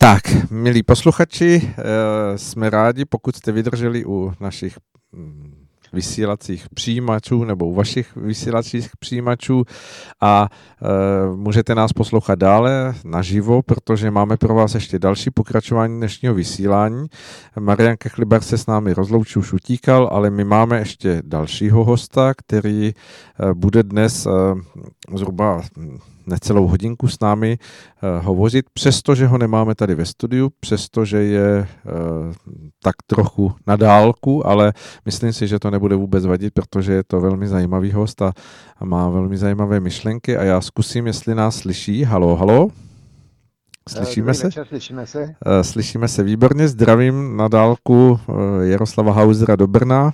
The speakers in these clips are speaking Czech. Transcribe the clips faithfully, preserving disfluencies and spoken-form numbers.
Tak, milí posluchači, jsme rádi, pokud jste vydrželi u našich vysílacích přijímačů nebo u vašich vysílacích přijímačů a e, můžete nás poslouchat dále naživo, protože máme pro vás ještě další pokračování dnešního vysílání. Marian Kechlibar se s námi rozloučil, už utíkal, ale my máme ještě dalšího hosta, který e, bude dnes e, zhruba necelou hodinku s námi uh, hovořit, přestože ho nemáme tady ve studiu, přestože je uh, tak trochu na dálku, ale myslím si, že to nebude vůbec vadit, protože je to velmi zajímavý host a, a má velmi zajímavé myšlenky a já zkusím, jestli nás slyší. Halo, halo? Slyšíme Dobrý se? večer, slyšíme se? Uh, slyšíme se výborně, zdravím na dálku uh, Jaroslava Hausera do Brna.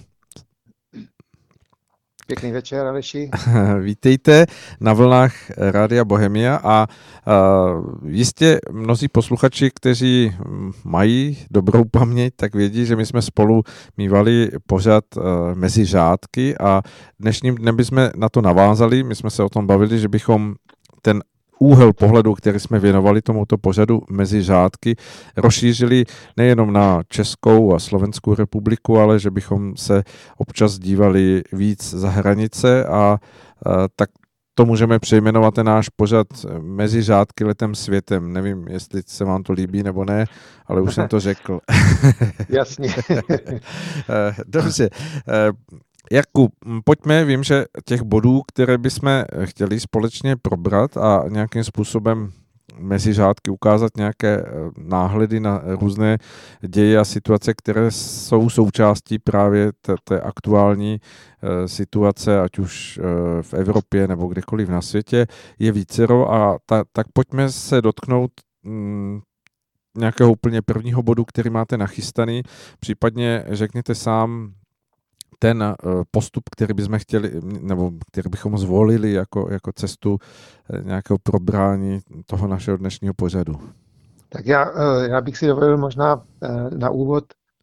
Pěkný večer, Aleši. Vítejte na vlnách Rádia Bohemia a uh, jistě mnozí posluchači, kteří mají dobrou paměť, tak vědí, že my jsme spolu mívali pořad uh, Mezi řádky a dnešním dnem bychom na to navázali. My jsme se o tom bavili, že bychom ten úhel pohledu, který jsme věnovali tomuto pořadu Mezi řádky, rozšířili nejenom na Českou a Slovenskou republiku, ale že bychom se občas dívali víc za hranice a, a tak to můžeme přejmenovat ten náš pořad Mezi řádky letem světem. Nevím, jestli se vám to líbí nebo ne, ale už jsem to řekl. Jasně. Dobře. Jakub, pojďme, vím, že těch bodů, které bychom chtěli společně probrat a nějakým způsobem mezi řádky ukázat nějaké náhledy na různé děje a situace, které jsou součástí právě té, té aktuální situace, ať už v Evropě nebo kdekoliv na světě, je vícero a ta, tak pojďme se dotknout mm, nějakého úplně prvního bodu, který máte nachystaný, případně řekněte sám, ten postup, který bychom chtěli, nebo který bychom zvolili jako, jako cestu nějakého probrání toho našeho dnešního pořadu. Tak já, já bych si dovolil možná na úvod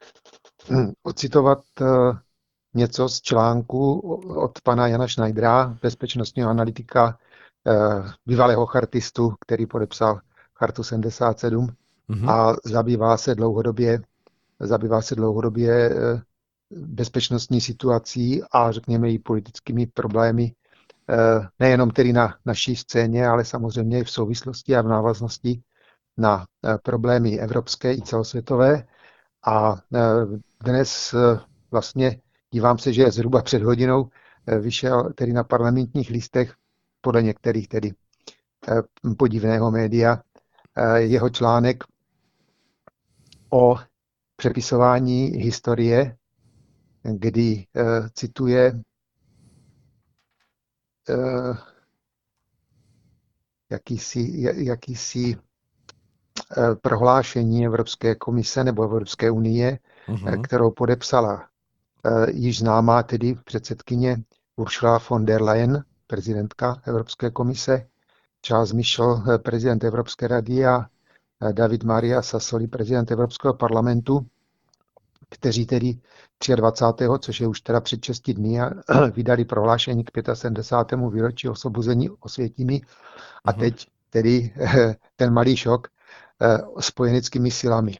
ocitovat něco z článku od pana Jana Schneidera, bezpečnostního analytika, bývalého chartistu, který podepsal Chartu sedmdesát sedm mm-hmm. a zabývá se dlouhodobě, zabývá se dlouhodobě bezpečnostní situací a řekněme i politickými problémy, nejenom tedy na naší scéně, ale samozřejmě i v souvislosti a v návaznosti na problémy evropské i celosvětové. A dnes vlastně dívám se, že zhruba před hodinou vyšel tedy na Parlamentních listech podle některých tedy podivného média jeho článek o přepisování historie, kdy uh, cituje uh, jakýsi, jakýsi uh, prohlášení Evropské komise nebo Evropské unie, uh-huh. kterou podepsala uh, již známá tedy předsedkyně Ursula von der Leyen, prezidentka Evropské komise, Charles Michel, prezident Evropské rady a uh, David Maria Sassoli, prezident Evropského parlamentu, kteří tedy dvacátého třetího což je už teda před šesti dny, vydali prohlášení k sedmdesátému výročí výročí osvobození Osvětimi a uh-huh. teď tedy ten malý šok spojenickými silami.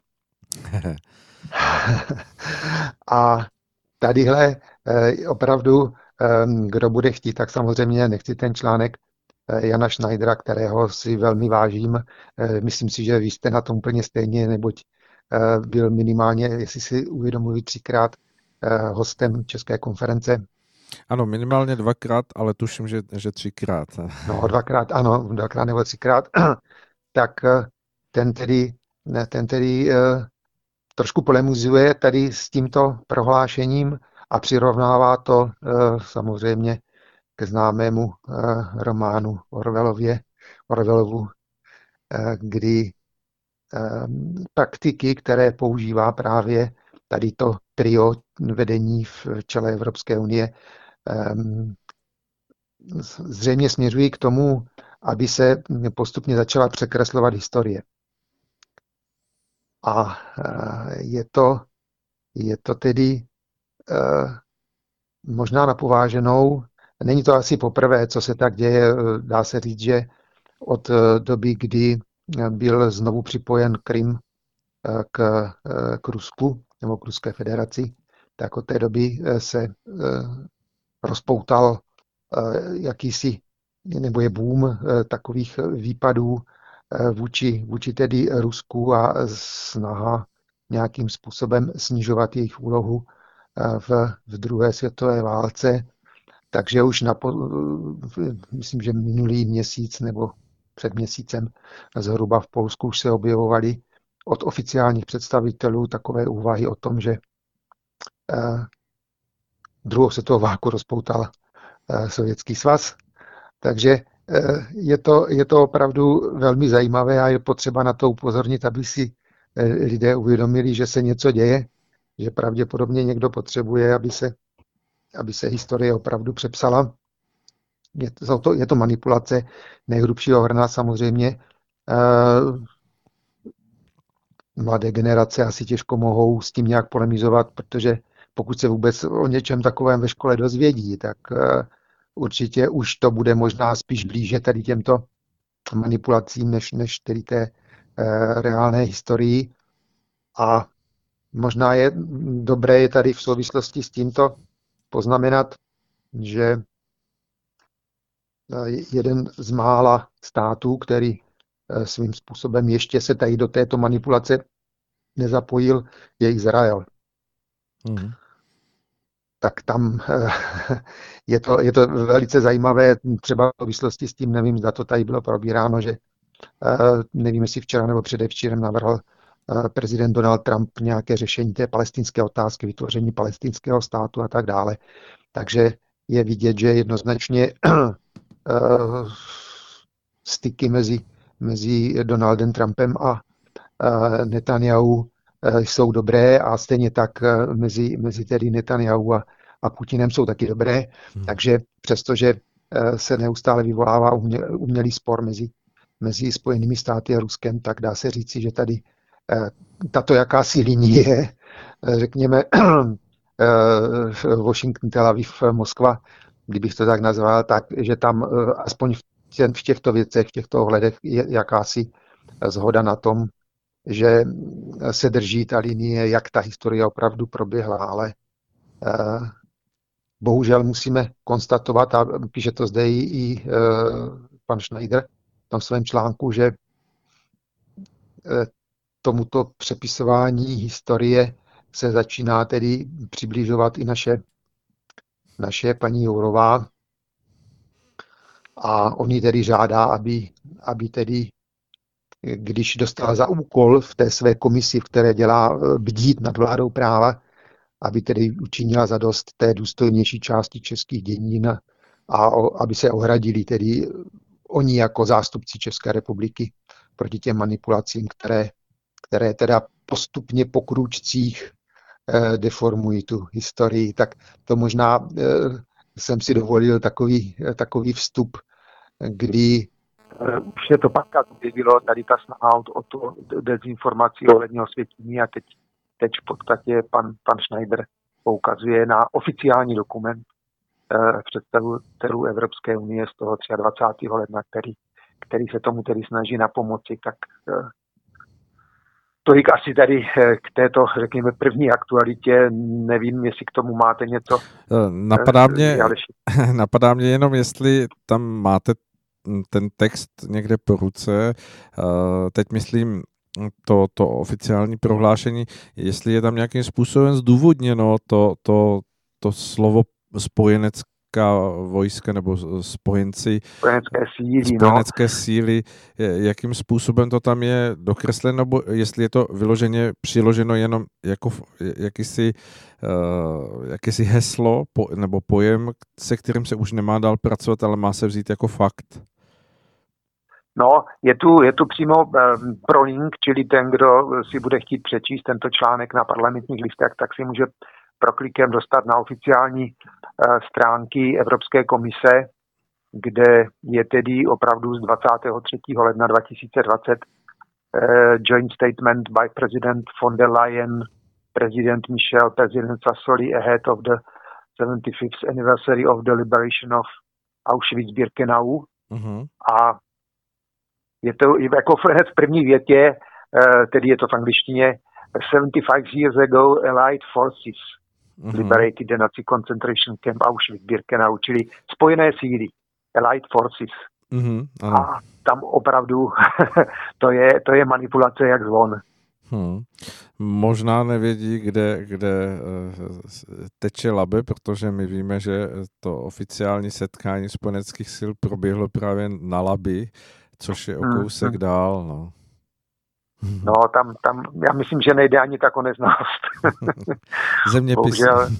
A tadyhle opravdu, kdo bude chtít, tak samozřejmě nechci ten článek Jana Schneidera, kterého si velmi vážím. Myslím si, že vy jste na tom úplně stejně, neboť byl minimálně, jestli si uvědomuji, třikrát hostem České konference. Ano, minimálně dvakrát, ale tuším, že, že třikrát. No, dvakrát, ano, dvakrát nebo třikrát. Tak ten tedy, ten tedy trošku polemizuje tady s tímto prohlášením a přirovnává to samozřejmě ke známému románu Orwellově, Orwellovu, kdy praktiky, které používá právě tady to trio vedení v čele Evropské unie, zřejmě směřují k tomu, aby se postupně začala překreslovat historie. A je to, je to tedy možná na pováženou. Není to asi poprvé, co se tak děje. Dá se říct, že od doby, kdy byl znovu připojen Krym k, k Rusku nebo k Ruské federaci, tak od té doby se rozpoutal jakýsi, nebo je boom takových výpadů vůči, vůči tedy Rusku a snaha nějakým způsobem snižovat jejich úlohu v, v druhé světové válce. Takže už na, myslím, že minulý měsíc nebo před měsícem zhruba v Polsku už se objevovaly od oficiálních představitelů takové úvahy o tom, že eh, druhou světovou válku rozpoutal eh, Sovětský svaz. Takže eh, je, to, je to opravdu velmi zajímavé a je potřeba na to upozornit, aby si eh, lidé uvědomili, že se něco děje, že pravděpodobně někdo potřebuje, aby se, aby se historie opravdu přepsala. Je to, je to manipulace nejhrubšího hrna samozřejmě. Mladé generace asi těžko mohou s tím nějak polemizovat, protože pokud se vůbec o něčem takovém ve škole dozvědí, tak určitě už to bude možná spíš blíže tady těmto manipulacím, než, než tedy té reálné historii. A možná je dobré je tady v souvislosti s tímto poznamenat, že jeden z mála států, který svým způsobem ještě se tady do této manipulace nezapojil, je Izrael. Mm. Tak tam je to, je to velice zajímavé, třeba v souvislosti s tím, nevím, zda to tady bylo probíráno, že nevím, jestli včera nebo předevčírem navrhl prezident Donald Trump nějaké řešení té palestinské otázky, vytvoření palestinského státu a tak dále. Takže je vidět, že jednoznačně styky mezi, mezi Donaldem Trumpem a Netanyahu jsou dobré a stejně tak mezi, mezi tedy Netanyahu a, a Putinem jsou taky dobré. Hmm. Takže přestože se neustále vyvolává umělý spor mezi, mezi Spojenými státy a Ruskem, tak dá se říci, že tady tato jakási linie, řekněme Washington, Tel Aviv, Moskva, kdybych to tak nazval, tak že tam aspoň v těchto věcech, v těchto ohledech je jakási zhoda na tom, že se drží ta linie, jak ta historie opravdu proběhla, ale eh, bohužel musíme konstatovat, a píše to zde i, i eh, pan Schneider v tom svém článku, že eh, tomuto přepisování historie se začíná tedy přibližovat i naše, naše paní Jourová, a on ji tedy žádá, aby, aby tedy, když dostala za úkol v té své komisi, v které dělá bdít nad vládou práva, aby tedy učinila zadost té důstojnější části českých dějin a o, aby se ohradili tedy oni jako zástupci České republiky proti těm manipulacím, které, které teda postupně po krůčcích eh, deformují tu historii. Tak to možná eh, jsem si dovolil takový, takový vstup, kdy už je to párkrát bylo tady ta snaha o to dezinformaci ohledně osvětění a teď, teď v podstatě pan, pan Schneider poukazuje na oficiální dokument eh, představitelů Evropské unie z toho dvacátého třetího ledna, který, který se tomu tedy snaží na pomoci, tak eh, tolik asi tady k této, řekněme, první aktualitě. Nevím, jestli k tomu máte něco. Napadá mě, napadá mě jenom, jestli tam máte ten text někde po ruce. Teď myslím to, to oficiální prohlášení, jestli je tam nějakým způsobem zdůvodněno to, to, to slovo spojenecká vojska nebo spojenci, spojenecké síly, spojenecké no. síly, jakým způsobem to tam je dokresleno, nebo jestli je to vyloženě přiloženo jenom jako jakýsi, uh, jakýsi heslo po, nebo pojem, se kterým se už nemá dál pracovat, ale má se vzít jako fakt. No, je tu, je tu přímo um, prolink, čili ten, kdo si bude chtít přečíst tento článek na Parlamentních listech, tak si může proklikem dostat na oficiální uh, stránky Evropské komise, kde je tedy opravdu z dvacátého třetího ledna dva tisíce dvacet uh, joint statement by President von der Leyen, President Michel, President Sassoli ahead of the seventy-fifth anniversary of the liberation of Auschwitz-Birkenau. Mm-hmm. A je to jako hned v první větě, tedy je to v angličtině, seventy-five years ago Allied forces mm-hmm. liberated the Nazi concentration camp Auschwitz-Birkenau, čili spojené síly, Allied forces. Mm-hmm, a tam opravdu to je, to je manipulace jak zvon. Hmm. Možná nevědí, kde, kde teče Labe, protože my víme, že to oficiální setkání spojeneckých sil proběhlo právě na Labi, což je o kousek hmm. dál. No. No, tam, tam, já myslím, že nejde ani tak o neznalost. Zeměpis.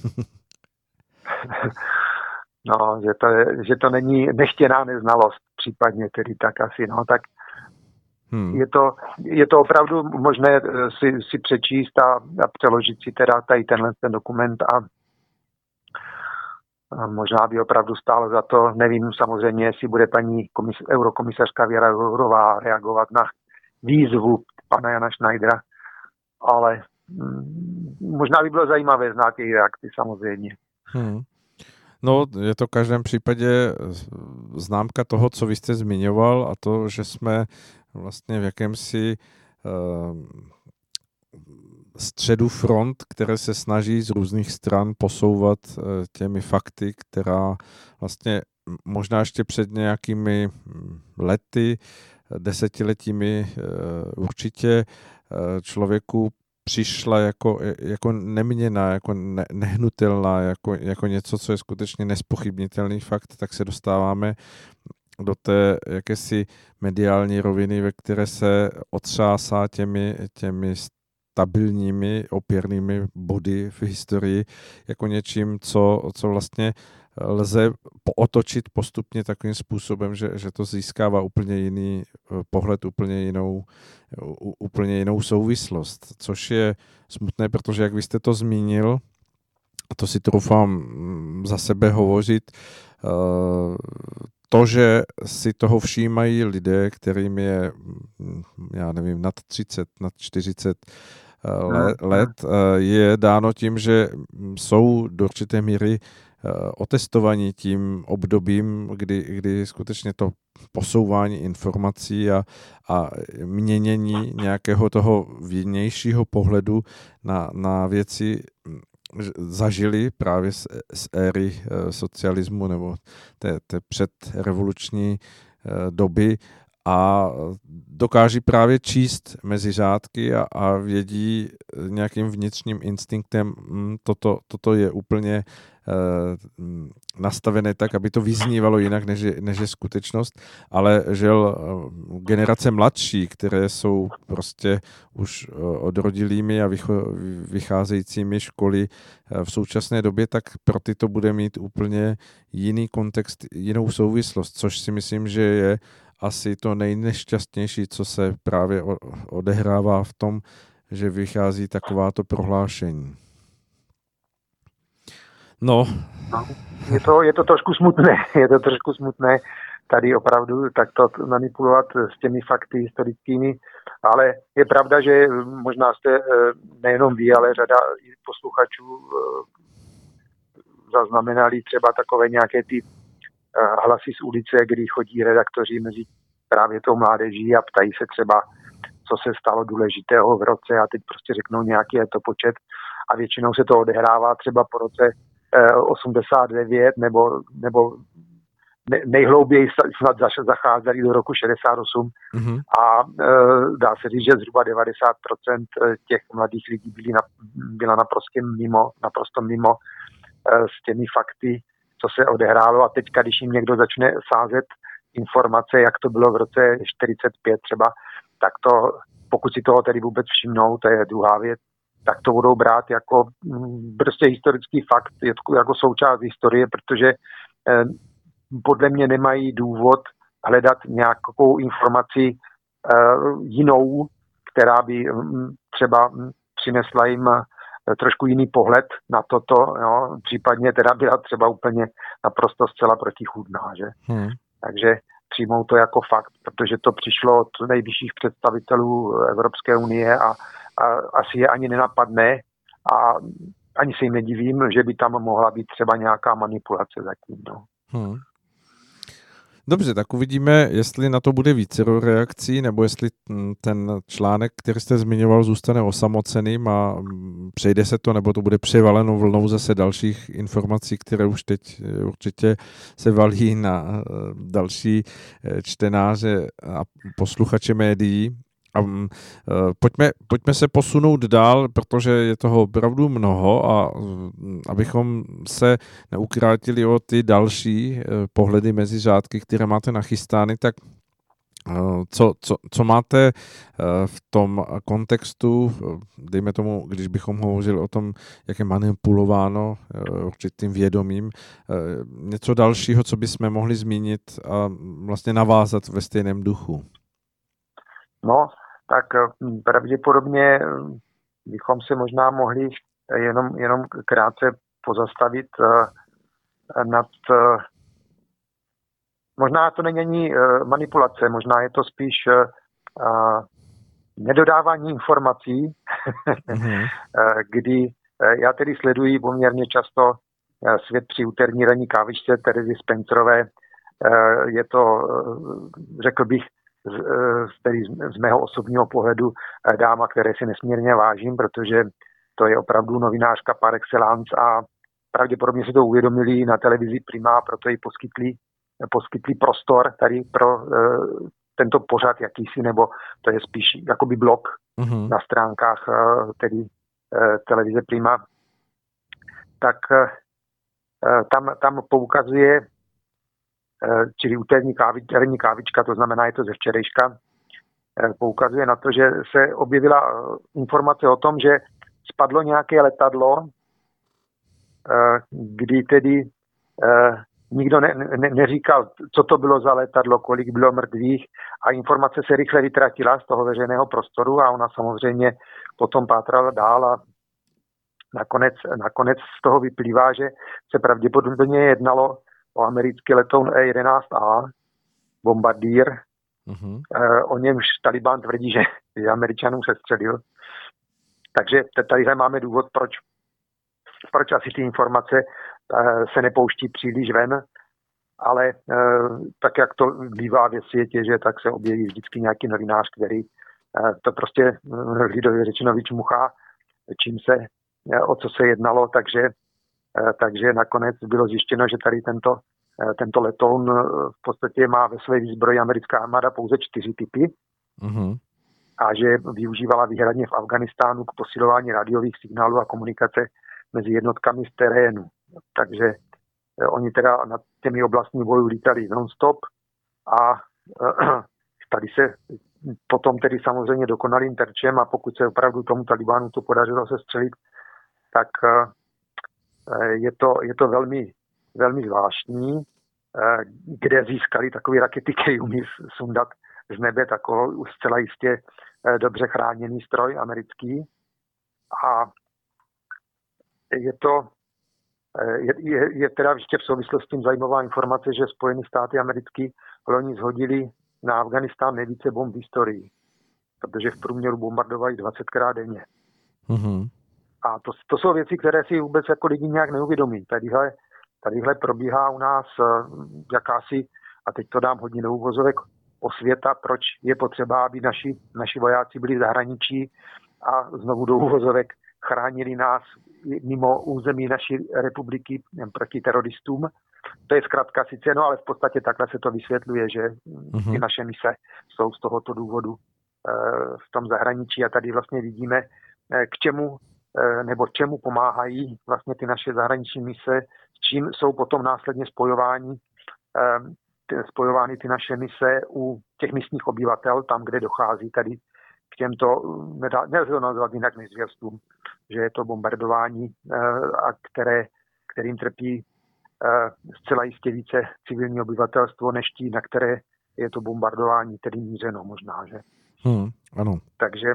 No, že to, že to není nechtěná neznalost, případně tedy tak asi, no, tak hmm. je, to, je to opravdu možné si, si přečíst a, a přeložit si teda tady tenhle ten dokument a, a možná by opravdu stálo za to, nevím samozřejmě, jestli bude paní komis, eurokomisařka Věra Jourová reagovat na výzvu pana Jana Schneidera, ale mm, možná by bylo zajímavé znát její reakci samozřejmě. Hmm. No, je to v každém případě známka toho, co vy jste zmiňoval, a to, že jsme vlastně v jakémsi uh, středu front, které se snaží z různých stran posouvat uh, těmi fakty, která vlastně možná ještě před nějakými lety, desetiletími uh, určitě uh, člověku přišla jako, jako neměnná, jako ne, nehnutelná, jako, jako něco, co je skutečně nespochybnitelný fakt, tak se dostáváme do té jakési mediální roviny, ve které se otřásá těmi, těmi stabilními opěrnými body v historii, jako něčím, co, co vlastně lze otočit postupně takovým způsobem, že, že to získává úplně jiný pohled, úplně jinou, úplně jinou souvislost, což je smutné, protože jak vy jste to zmínil, a to si troufám za sebe hovořit, to, že si toho všímají lidé, kterým je, já nevím, nad třicet, nad čtyřicet let, je dáno tím, že jsou do určité míry otestovaní tím obdobím, kdy, kdy skutečně to posouvání informací a, a měnění nějakého toho vnějšího pohledu na, na věci zažili právě z, z éry socialismu nebo té, té předrevoluční doby a dokáží právě číst mezi řádky a, a vědí nějakým vnitřním instinktem, toto, toto je úplně nastavené tak, aby to vyznívalo jinak, než je, než je skutečnost, ale žel generace mladší, které jsou prostě už odrodilými a vycházejícími školy v současné době, tak pro ty to bude mít úplně jiný kontext, jinou souvislost, což si myslím, že je asi to nejnešťastnější, co se právě odehrává v tom, že vychází takováto prohlášení. No. no je, to, je to trošku smutné, je to trošku smutné tady opravdu takto manipulovat s těmi fakty historickými, ale je pravda, že možná jste nejenom vy, ale řada posluchačů zaznamenali třeba takové nějaké ty hlasy z ulice, kdy chodí redaktoři mezi právě tou mládeží a ptají se třeba, co se stalo důležitého v roce a teď prostě řeknou nějaký je to počet a většinou se to odehrává třeba po roce osmdesát devět nebo, nebo nejhlouběji snad zacházeli do roku šedesát osm mm-hmm. a e, dá se říct, že zhruba devadesát procent těch mladých lidí byli na, byla naprosto mimo, naprosto mimo e, s těmi fakty, co se odehrálo a teďka, když jim někdo začne sázet informace, jak to bylo v roce čtyřicet pět třeba, tak to, pokud si toho tedy vůbec všimnou, to je druhá věc, tak to budou brát jako prostě historický fakt, jako součást historie, protože eh, podle mě nemají důvod hledat nějakou informaci eh, jinou, která by m, třeba přinesla jim trošku jiný pohled na toto, jo, případně teda byla třeba úplně naprosto zcela protichůdná, že? Hmm. Takže přijmou to jako fakt, protože to přišlo od nejvyšších představitelů Evropské unie a, a asi je ani nenapadne a ani se jim nedivím, že by tam mohla být třeba nějaká manipulace zatím, no. Hmm. Dobře, tak uvidíme, jestli na to bude více reakcí, nebo jestli ten článek, který jste zmiňoval, zůstane osamoceným a přejde se to, nebo to bude převaleno vlnou zase dalších informací, které už teď určitě se valí na další čtenáře a posluchače médií. A um, pojďme, pojďme se posunout dál, protože je toho opravdu mnoho a um, abychom se neukrátili o ty další uh, pohledy mezi řádky, které máte nachystány, tak uh, co, co, co máte uh, v tom kontextu, uh, dejme tomu, když bychom hovořili o tom, jak je manipulováno uh, určitým vědomím, uh, něco dalšího, co bychom mohli zmínit a vlastně navázat ve stejném duchu? No, tak pravděpodobně bychom se možná mohli jenom, jenom krátce pozastavit nad... Možná to není ani manipulace, možná je to spíš nedodávání informací, mm-hmm. kdy já tedy sleduji poměrně často Svět při úterní ranní kávičce Terezy Spencerové. Je to, řekl bych, Z, tedy z mého osobního pohledu dáma, které si nesmírně vážím, protože to je opravdu novinářka par excellence a pravděpodobně si to uvědomili na televizi Prima, proto ji poskytli, poskytli prostor tady pro uh, tento pořad jakýsi, nebo to je spíš jakoby blog mm-hmm. na stránkách uh, tedy uh, televize Prima. Tak uh, tam, tam poukazuje čili úterní kávič, kávička, to znamená, je to ze včerejška, poukazuje na to, že se objevila informace o tom, že spadlo nějaké letadlo, kdy tedy nikdo ne, ne, neříkal, co to bylo za letadlo, kolik bylo mrtvých a informace se rychle vytratila z toho veřejného prostoru a ona samozřejmě potom pátrala dál a nakonec, nakonec z toho vyplývá, že se pravděpodobně jednalo o americký letoun E jedenáct A, bombardír. Mm-hmm. O němž Taliban tvrdí, že Američanům sestřelil. Takže tady máme důvod, proč, proč asi ty informace se nepouští příliš ven, ale tak, jak to bývá ve světě, že tak se objeví vždycky nějaký novinář, který to prostě lidově řečeno vyčmuchá, čím se, o co se jednalo, takže Takže nakonec bylo zjištěno, že tady tento, tento letoun v podstatě má ve své výzbroji americká armáda pouze čtyři typy mm-hmm. a že využívala výhradně v Afganistánu k posilování rádiových signálů a komunikace mezi jednotkami z terénu. Takže oni teda nad těmi oblastmi bojů lítali non-stop a tady se potom tedy samozřejmě dokonalým terčem a pokud se opravdu tomu Talibánu to podařilo se střelit, tak Je to, je to velmi, velmi zvláštní, kde získali takové rakety, které umí sundat z nebe takový už zcela jistě dobře chráněný stroj americký. A je to, je, je, je teda ještě v souvislosti s tím zajímavá informace, že Spojené státy americké loni zhodili na Afganistán nejvíce bomb v historii, protože v průměru bombardovají dvacetkrát denně. Mm-hmm. A to, to jsou věci, které si vůbec jako lidi nějak neuvědomí. Tadyhle, tadyhle probíhá u nás jakási, a teď to dám hodně do úvozovek, osvěta, proč je potřeba, aby naši, naši vojáci byli v zahraničí a znovu do úvozovek chránili nás mimo území naší republiky proti teroristům. To je zkrátka sice, no ale v podstatě takhle se to vysvětluje, že mm-hmm. ty naše mise jsou z tohoto důvodu e, v tom zahraničí a tady vlastně vidíme, e, k čemu nebo čemu pomáhají vlastně ty naše zahraniční mise, s čím jsou potom následně spojovány, spojovány ty naše mise u těch místních obyvatel, tam, kde dochází tady k těmto, nelze to nazvat jinak než zvěrstům, že je to bombardování, a které, kterým trpí zcela jistě více civilní obyvatelstvo, než tí, na které je to bombardování tedy mířeno možná, že? Hmm, ano. Takže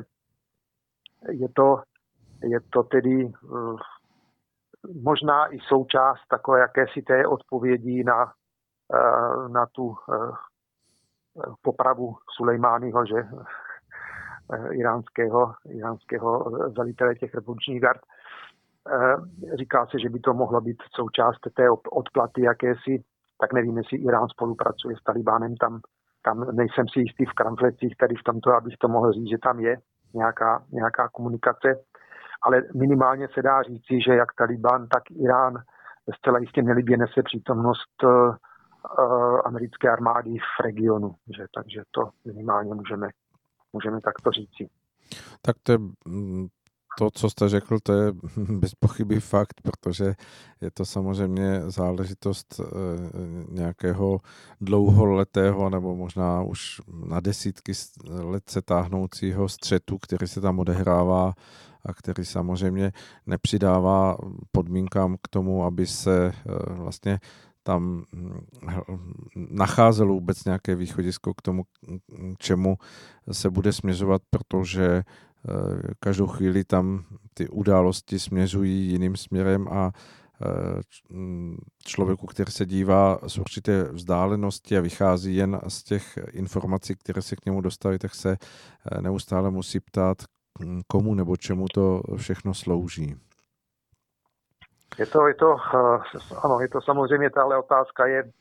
je to Je to tedy uh, možná i součást takové jakési té odpovědi na, uh, na tu uh, popravu Sulejmányho, že uh, iránského, iránského velitele těch revolučních gard. Uh, říká se, že by to mohlo být součást té odplaty jakési tak nevím, jestli Irán spolupracuje s Talibánem, tam, tam nejsem si jistý v kramflecích, tady v tomto, abych to mohl říct, že tam je nějaká, nějaká komunikace, ale minimálně se dá říci, že jak Talibán, tak Irán zcela jistě nelibě nese přítomnost uh, uh, americké armády v regionu, že, takže to minimálně můžeme, můžeme takto říci. Tak to je to, co jste řekl, to je bez pochyby fakt, protože je to samozřejmě záležitost nějakého dlouholetého nebo možná už na desítky let se táhnoucího střetu, který se tam odehrává a který samozřejmě nepřidává podmínkám k tomu, aby se vlastně tam nacházelo vůbec nějaké východisko k tomu, k čemu se bude směřovat, protože každou chvíli tam ty události směřují jiným směrem a člověku, který se dívá z určité vzdálenosti a vychází jen z těch informací, které se k němu dostaví, tak se neustále musí ptát, komu nebo čemu to všechno slouží. Je to, je to, ano, je to samozřejmě, tahle otázka je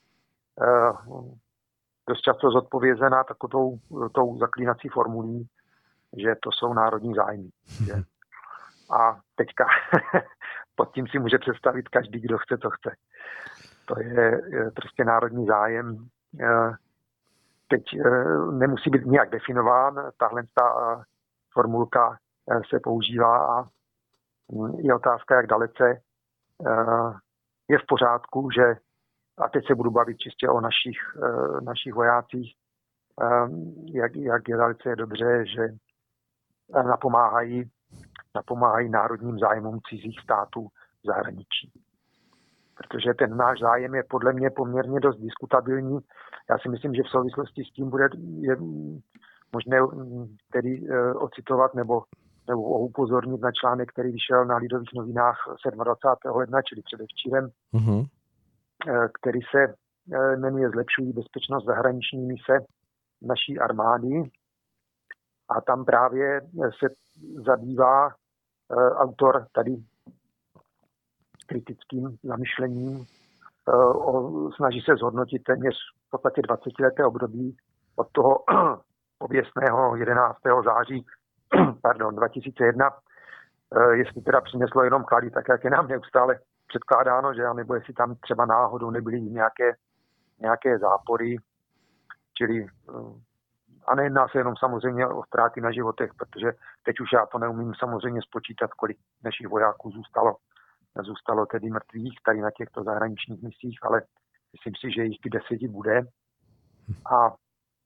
dost často zodpovězená takovou tou zaklínací formulí, že to jsou národní zájmy. Že? A teďka pod tím si může představit každý, kdo chce, to chce. To je, je prostě národní zájem. Teď nemusí být nějak definován, tahle ta formulka se používá a je otázka, jak dalece je v pořádku, že, a teď se budu bavit čistě o našich, našich vojácích, jak, jak je dalece je dobře, že napomáhají, napomáhají národním zájmům cizích států v zahraničí. Protože ten náš zájem je podle mě poměrně dost diskutabilní. Já si myslím, že v souvislosti s tím bude je možné tedy ocitovat nebo, nebo upozornit na článek, který vyšel na Lidových novinách dvacátého sedmého ledna, čili předevčírem, mm-hmm. který se jmenuje Zlepšují bezpečnost zahraniční mise naší armády. A tam právě se zabývá e, autor tady kritickým zamyšlením, e, o, snaží se zhodnotit téměř v podstatě dvacetileté období od toho pověstného jedenáctého září pardon, dva tisíce jedna, e, jestli teda přineslo jenom klady, tak jak je nám neustále předkládáno, že nebo jestli tam třeba náhodou nebyly nějaké, nějaké zápory, čili e, a nejedná se jenom samozřejmě o ztráty na životech, protože teď už já to neumím samozřejmě spočítat, kolik našich vojáků zůstalo, zůstalo tedy mrtvých tady na těchto zahraničních misích, ale myslím si, že jich ty deseti bude. A e,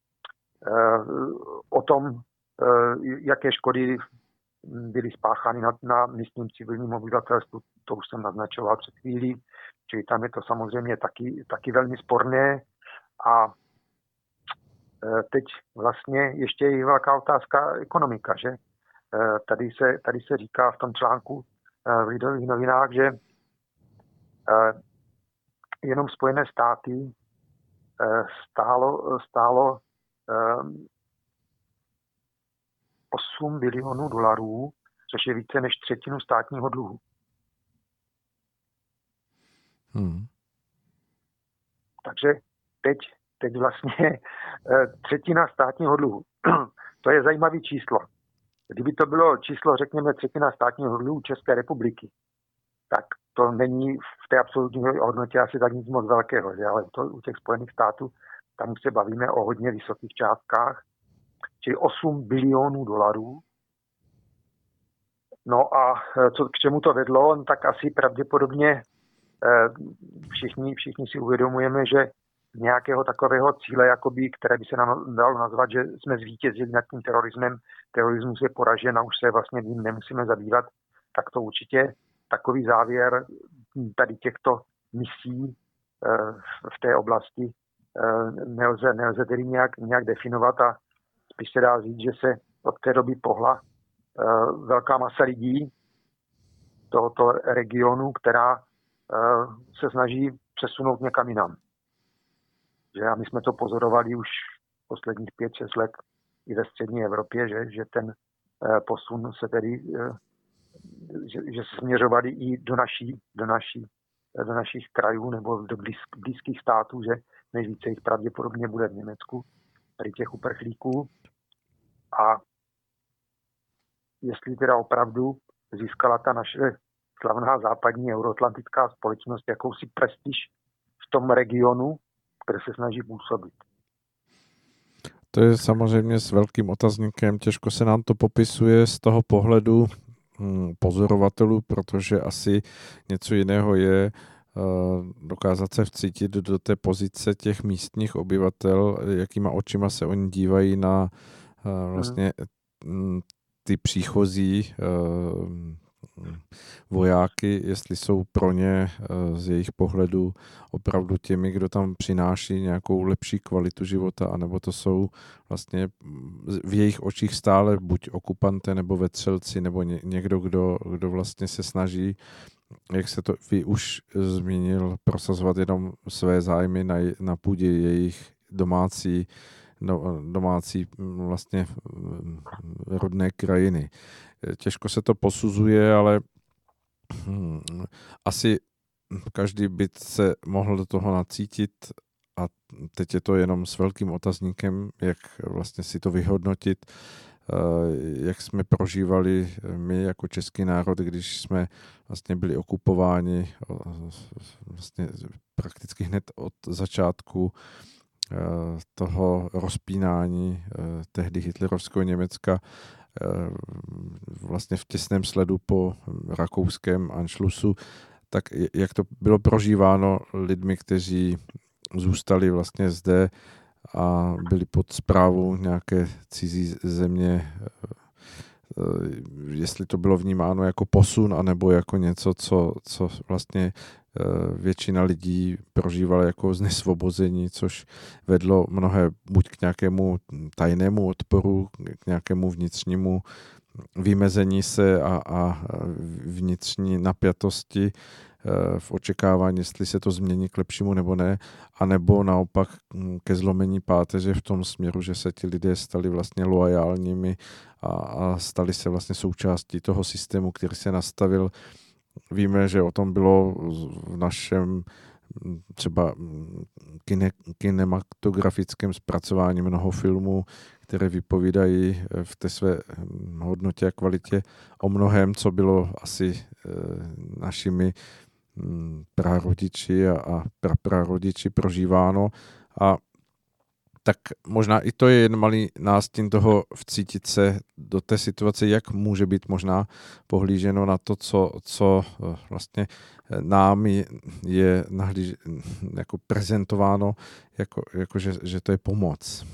o tom, e, jaké škody byly spáchány na, na místním civilním obyvatelstvu, to už jsem naznačoval před chvílí, čili tam je to samozřejmě taky, taky velmi sporné. A teď vlastně ještě je velká otázka ekonomika, že? Tady se, tady se říká v tom článku v Lidových novinách, že jenom Spojené státy stálo, stálo osm bilionů dolarů, což je více než třetinu státního dluhu. Hmm. Takže teď teď vlastně třetina státního dluhu. To je zajímavé číslo. Kdyby to bylo číslo, řekněme, třetina státního dluhu České republiky, tak to není v té absolutní hodnotě asi tak nic moc velkého, že? Ale to u těch Spojených států, tam už se bavíme o hodně vysokých částkách, čili osm bilionů dolarů. No a co, k čemu to vedlo, no, tak asi pravděpodobně všichni, všichni si uvědomujeme, že nějakého takového cíle, jakoby, které by se nám dalo nazvat, že jsme zvítězili nad tím terorismem, terorismus je poražen a už se vlastně tím nemusíme zabývat, tak to určitě takový závěr tady těchto misí v té oblasti nelze, nelze tedy nějak, nějak definovat a spíš se dá říct, že se od té doby pohla velká masa lidí tohoto regionu, která se snaží přesunout někam jinam. Že a my jsme to pozorovali už posledních pět šest let i ve střední Evropě, že, že ten posun se tedy, že, že se směřovali i do naší, do naší do našich krajů nebo do blízk, blízkých států, že nejvíce jich pravděpodobně bude v Německu, tady těch uprchlíků. A jestli teda opravdu získala ta naše slavná západní euroatlantická společnost jakousi prestiž v tom regionu, které se snaží působit. To je samozřejmě s velkým otazníkem, těžko se nám to popisuje z toho pohledu pozorovatelů, protože asi něco jiného je dokázat se vcítit do té pozice těch místních obyvatel, jakýma očima se oni dívají na vlastně ty příchozí vojáky, jestli jsou pro ně z jejich pohledu opravdu těmi, kdo tam přináší nějakou lepší kvalitu života, anebo to jsou vlastně v jejich očích stále buď okupanté nebo vetřelci, nebo někdo, kdo, kdo vlastně se snaží, jak se to vy už zmínil, prosazovat jenom své zájmy na, na půdě jejich domácí domácí vlastně rodné krajiny. Těžko se to posuzuje, ale hm, asi každý by se mohl do toho nacítit a teď je to jenom s velkým otazníkem, jak vlastně si to vyhodnotit, jak jsme prožívali my jako český národ, když jsme vlastně byli okupováni vlastně prakticky hned od začátku toho rozpínání tehdy hitlerovského Německa vlastně v těsném sledu po rakouském Anschlussu, tak jak to bylo prožíváno lidmi, kteří zůstali vlastně zde a byli pod správou nějaké cizí země, jestli to bylo vnímáno jako posun, anebo jako něco, co, co vlastně většina lidí prožívala jako znesvobození, což vedlo mnohé buď k nějakému tajnému odporu, k nějakému vnitřnímu vymezení se a, a vnitřní napjatosti v očekávání, jestli se to změní k lepšímu nebo ne, anebo naopak ke zlomení páteře v tom směru, že se ti lidé stali vlastně loajálními a, a stali se vlastně součástí toho systému, který se nastavil. Víme, že o tom bylo v našem třeba kine, kinematografickém zpracování mnoho filmů, které vypovídají v té své hodnotě a kvalitě o mnohém, co bylo asi našimi prarodiči a praprarodiči prožíváno. A tak možná i to je jen malý nástin toho vcítit se do té situace, jak může být možná pohlíženo na to, co, co vlastně nám je nahlíž, jako prezentováno, jako, jako že, že to je pomoc.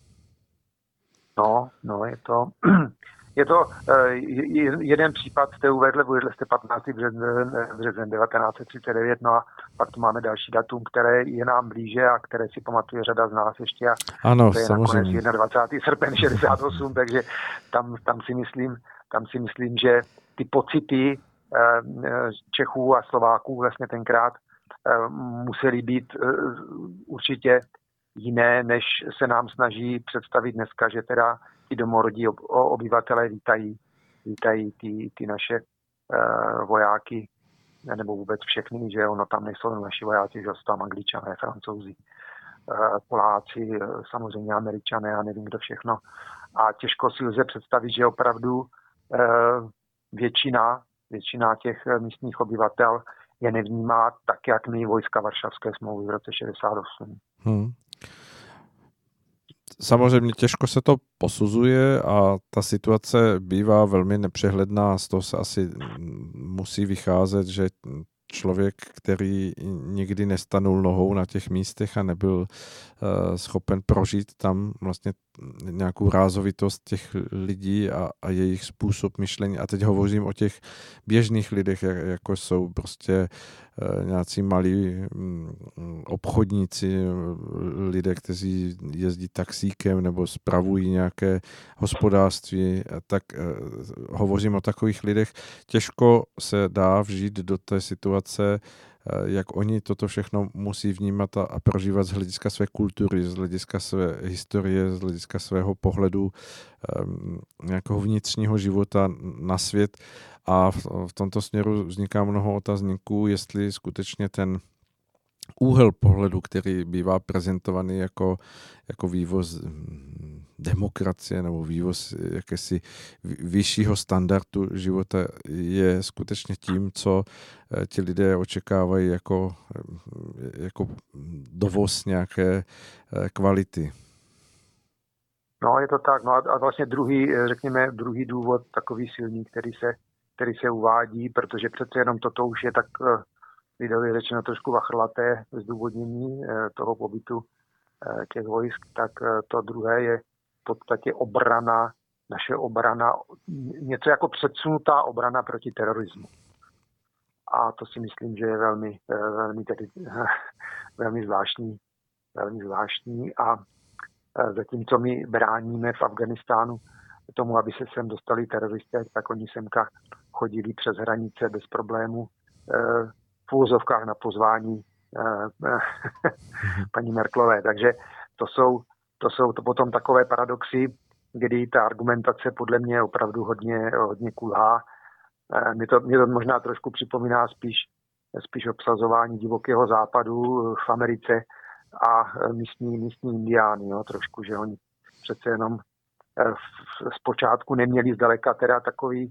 No, no, je to, je to uh, jeden případ jste uvedli, uvedli jste patnáctého března devatenáct set třicet devět, no a pak tu máme další datum, které je nám blíže a které si pamatuje řada z nás ještě a ano, to je samozřejmě. nakonec dvacátého prvního srpen šedesát osm, takže tam, tam, si myslím, tam si myslím, že ty pocity uh, Čechů a Slováků vlastně tenkrát uh, musely být uh, určitě jiné, než se nám snaží představit dneska, že teda ti domorodí obyvatelé vítají, vítají ty, ty naše uh, vojáky, nebo vůbec všechny, že ono tam nejsou naši vojáci, že jsou tam Angličané, Francouzi, uh, Poláci, samozřejmě Američané a nevím kdo všechno. A těžko si lze představit, že opravdu uh, většina, většina těch místních obyvatel je nevnímá tak, jak my vojska Varšavské smlouvy v roce šedesát osm. Hmm. Samozřejmě těžko se to posuzuje a ta situace bývá velmi nepřehledná, z toho se asi musí vycházet, že člověk, který nikdy nestanul nohou na těch místech a nebyl uh, schopen prožít tam vlastně nějakou rázovitost těch lidí a, a jejich způsob myšlení. A teď hovořím o těch běžných lidech, jak, jako jsou prostě uh, nějací malí um, obchodníci, lidé, kteří jezdí taxíkem nebo spravují nějaké hospodářství. Tak uh, hovořím o takových lidech. Těžko se dá vžít do té situace, jak oni toto všechno musí vnímat a, a prožívat z hlediska své kultury, z hlediska své historie, z hlediska svého pohledu um, nějakého vnitřního života na svět. a v, v tomto směru vzniká mnoho otazníků, jestli skutečně ten úhel pohledu, který bývá prezentovaný jako, jako vývoz demokracie nebo vývoz jakési vyššího standardu života, je skutečně tím, co ti lidé očekávají jako, jako dovoz nějaké kvality. No, je to tak. No a vlastně druhý, řekněme, druhý důvod, takový silný, který se, který se uvádí, protože přece jenom toto už je tak lidově řečeno trošku vachrlaté zdůvodnění toho pobytu těch vojsk, tak to druhé je v podstatě obrana, naše obrana, něco jako předsunutá obrana proti terorismu. A to si myslím, že je velmi, velmi, tedy, velmi zvláštní, velmi zvláštní a zatímco my bráníme v Afghánistánu tomu, aby se sem dostali teroristé, tak oni semka chodili přes hranice bez problému v úvozovkách na pozvání paní Merkelové. Takže to jsou, to jsou to potom takové paradoxy, kdy ta argumentace podle mě opravdu hodně, hodně kulhá. Mě to, mě to možná trošku připomíná spíš, spíš obsazování divokého západu v Americe a místní, místní indiány, jo, trošku, že oni přece jenom zpočátku neměli zdaleka teda takový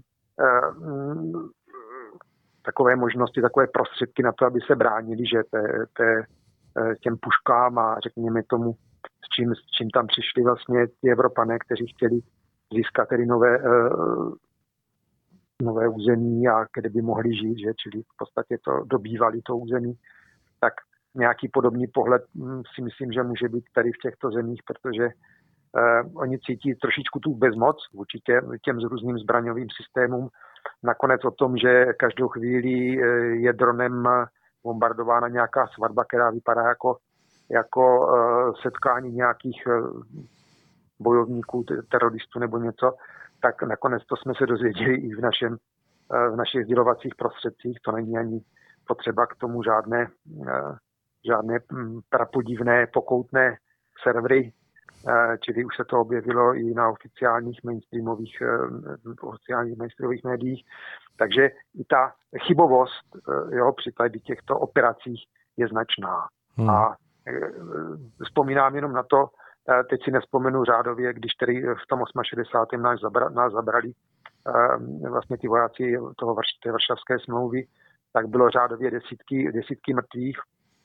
takové možnosti, takové prostředky na to, aby se bránili, že te, te, těm puškám a řekněme tomu, s čím, s čím tam přišli vlastně ti Evropané, kteří chtěli získat tedy nové, uh, nové území a kde by mohli žít, že? Čili v podstatě to dobývali to území, tak nějaký podobný pohled hm, si myslím, že může být tady v těchto zemích, protože uh, oni cítí trošičku tu bezmoc vůči těm, těm různým zbraňovým systémům. Nakonec o tom, že každou chvíli je dronem bombardována nějaká svatba, která vypadá jako, jako uh, setkání nějakých uh, bojovníků, teroristů nebo něco, tak nakonec to jsme se dozvěděli i v, našem, uh, v našich sdělovacích prostředcích. To není ani potřeba k tomu žádné, uh, žádné prapodivné, pokoutné servery, čili už se to objevilo i na oficiálních mainstreamových, oficiálních mainstreamových médiích. Takže i ta chybovost, jo, při tady těchto operacích je značná. Hmm. A vzpomínám jenom na to, teď si nespomenu řádově, když tedy v tom šedesátém osmém nás, zabra, nás zabrali vlastně ty vojáci toho té varšavské smlouvy, tak bylo řádově desítky, desítky mrtvých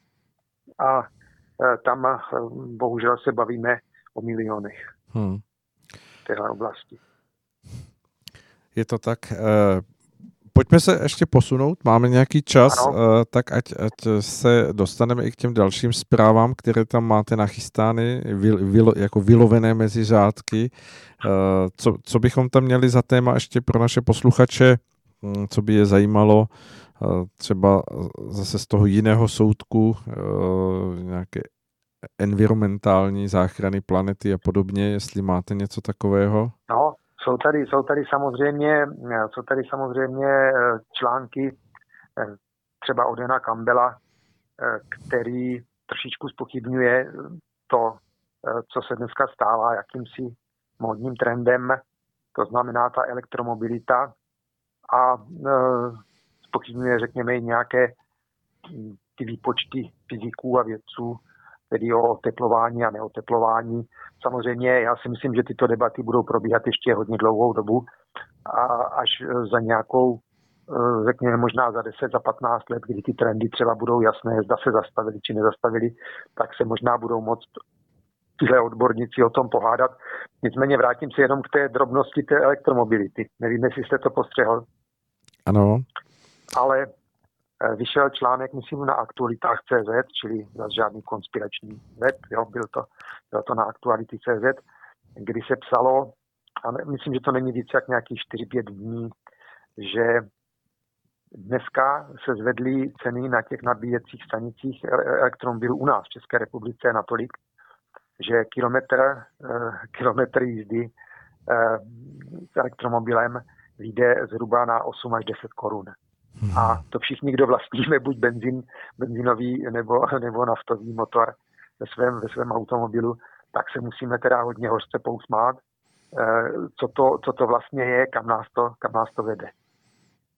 a tam bohužel se bavíme o milionech hmm. v téhle oblasti. Je to tak. Pojďme se ještě posunout, máme nějaký čas, ano. tak ať, ať se dostaneme i k těm dalším zprávám, které tam máte nachystány, vyl, vylo, jako vylovené mezi řádky. Co, co bychom tam měli za téma ještě pro naše posluchače, co by je zajímalo, třeba zase z toho jiného soudku, nějaké environmentální záchrany planety a podobně, jestli máte něco takového? No, jsou tady, jsou tady samozřejmě, jsou tady samozřejmě články třeba od Jana Campbella, který trošičku zpochybňuje to, co se dneska stává jakýmsi módním trendem, to znamená ta elektromobilita a zpochybňuje, řekněme, nějaké ty výpočty fyziků a vědců, tedy o oteplování a neoteplování. Samozřejmě já si myslím, že tyto debaty budou probíhat ještě hodně dlouhou dobu a až za nějakou, řekněme možná za deset, za patnáct let, kdy ty trendy třeba budou jasné, zda se zastavili či nezastavili, tak se možná budou moct tyhle odborníci o tom pohádat. Nicméně vrátím se jenom k té drobnosti té elektromobility. Nevím, jestli jste to postřehl. Ano. Ale vyšel článek, myslím, na aktualitách tečka cé zet, čili zase žádný konspirační web, jo, byl to, bylo to na aktuality tečka cé zet, kdy se psalo, a myslím, že to není víc jak nějakých čtyři pět dní, že dneska se zvedly ceny na těch nabíjecích stanicích elektromobilů u nás v České republice natolik, že kilometr, kilometr jízdy s elektromobilem vyjde zhruba na osm až deset korun. A to všichni, kdo vlastníme buď benzín, benzínový nebo, nebo naftový motor ve svém, ve svém automobilu, tak se musíme teda hodně hořce pousmát, co to, co to vlastně je, kam nás to, kam nás to vede.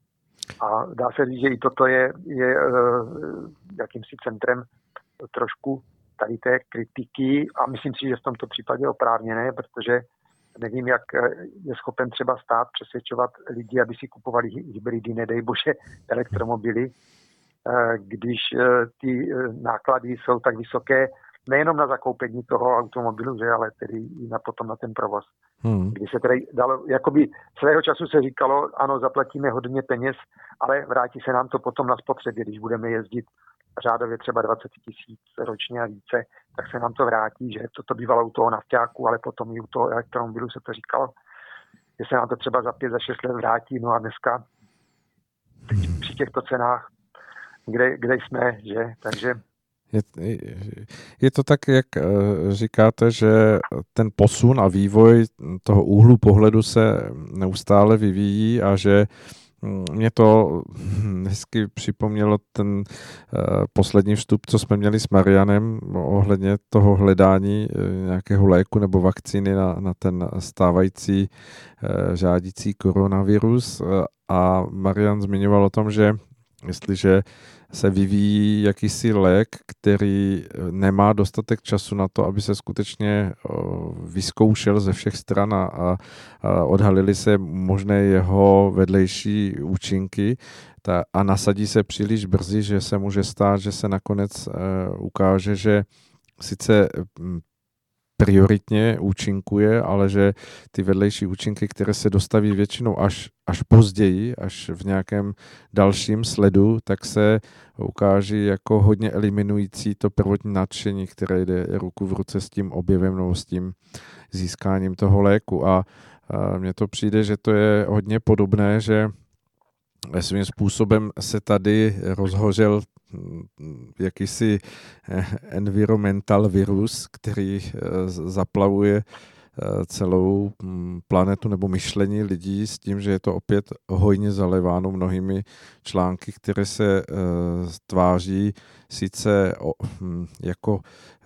A dá se říct, že i toto je, je jakýmsi centrem trošku tady té kritiky a myslím si, že v tomto případě oprávněné, protože nevím, jak je schopen třeba stát přesvědčovat lidi, aby si kupovali hybridy, nedej bože, elektromobily, když ty náklady jsou tak vysoké, nejenom na zakoupení toho automobilu, že, ale tedy i na potom na ten provoz. Hmm. Kdy se tedy dalo, jakoby svého času se říkalo, ano, zaplatíme hodně peněz, ale vrátí se nám to potom na spotřebě, když budeme jezdit řádově třeba dvacet tisíc ročně a více, tak se nám to vrátí, že to, to bývalo u toho nafťáku, ale potom i u toho elektromobilu se to říkalo, že se nám to třeba za pět, za šest let vrátí, no a dneska teď při těchto cenách, kde, kde jsme, že, takže Je, je to tak, jak říkáte, že ten posun a vývoj toho úhlu pohledu se neustále vyvíjí a že mě to hezky připomnělo ten poslední vstup, co jsme měli s Marianem ohledně toho hledání nějakého léku nebo vakcíny na, na ten stávající řádící koronavirus. A Marian zmiňoval o tom, že jestliže se vyvíjí jakýsi lék, který nemá dostatek času na to, aby se skutečně vyzkoušel ze všech stran a, a odhalily se možné jeho vedlejší účinky ta, a nasadí se příliš brzy, že se může stát, že se nakonec ukáže, že sice prioritně účinkuje, ale že ty vedlejší účinky, které se dostaví většinou až, až později, až v nějakém dalším sledu, tak se ukáží jako hodně eliminující to prvotní nadšení, které jde ruku v ruce s tím objevem nebo s tím získáním toho léku. A, a mně to přijde, že to je hodně podobné, že svým způsobem se tady rozhořel jakýsi environmental virus, který zaplavuje celou planetu nebo myšlení lidí s tím, že je to opět hojně zaleváno mnohými články, které se tváří sice jako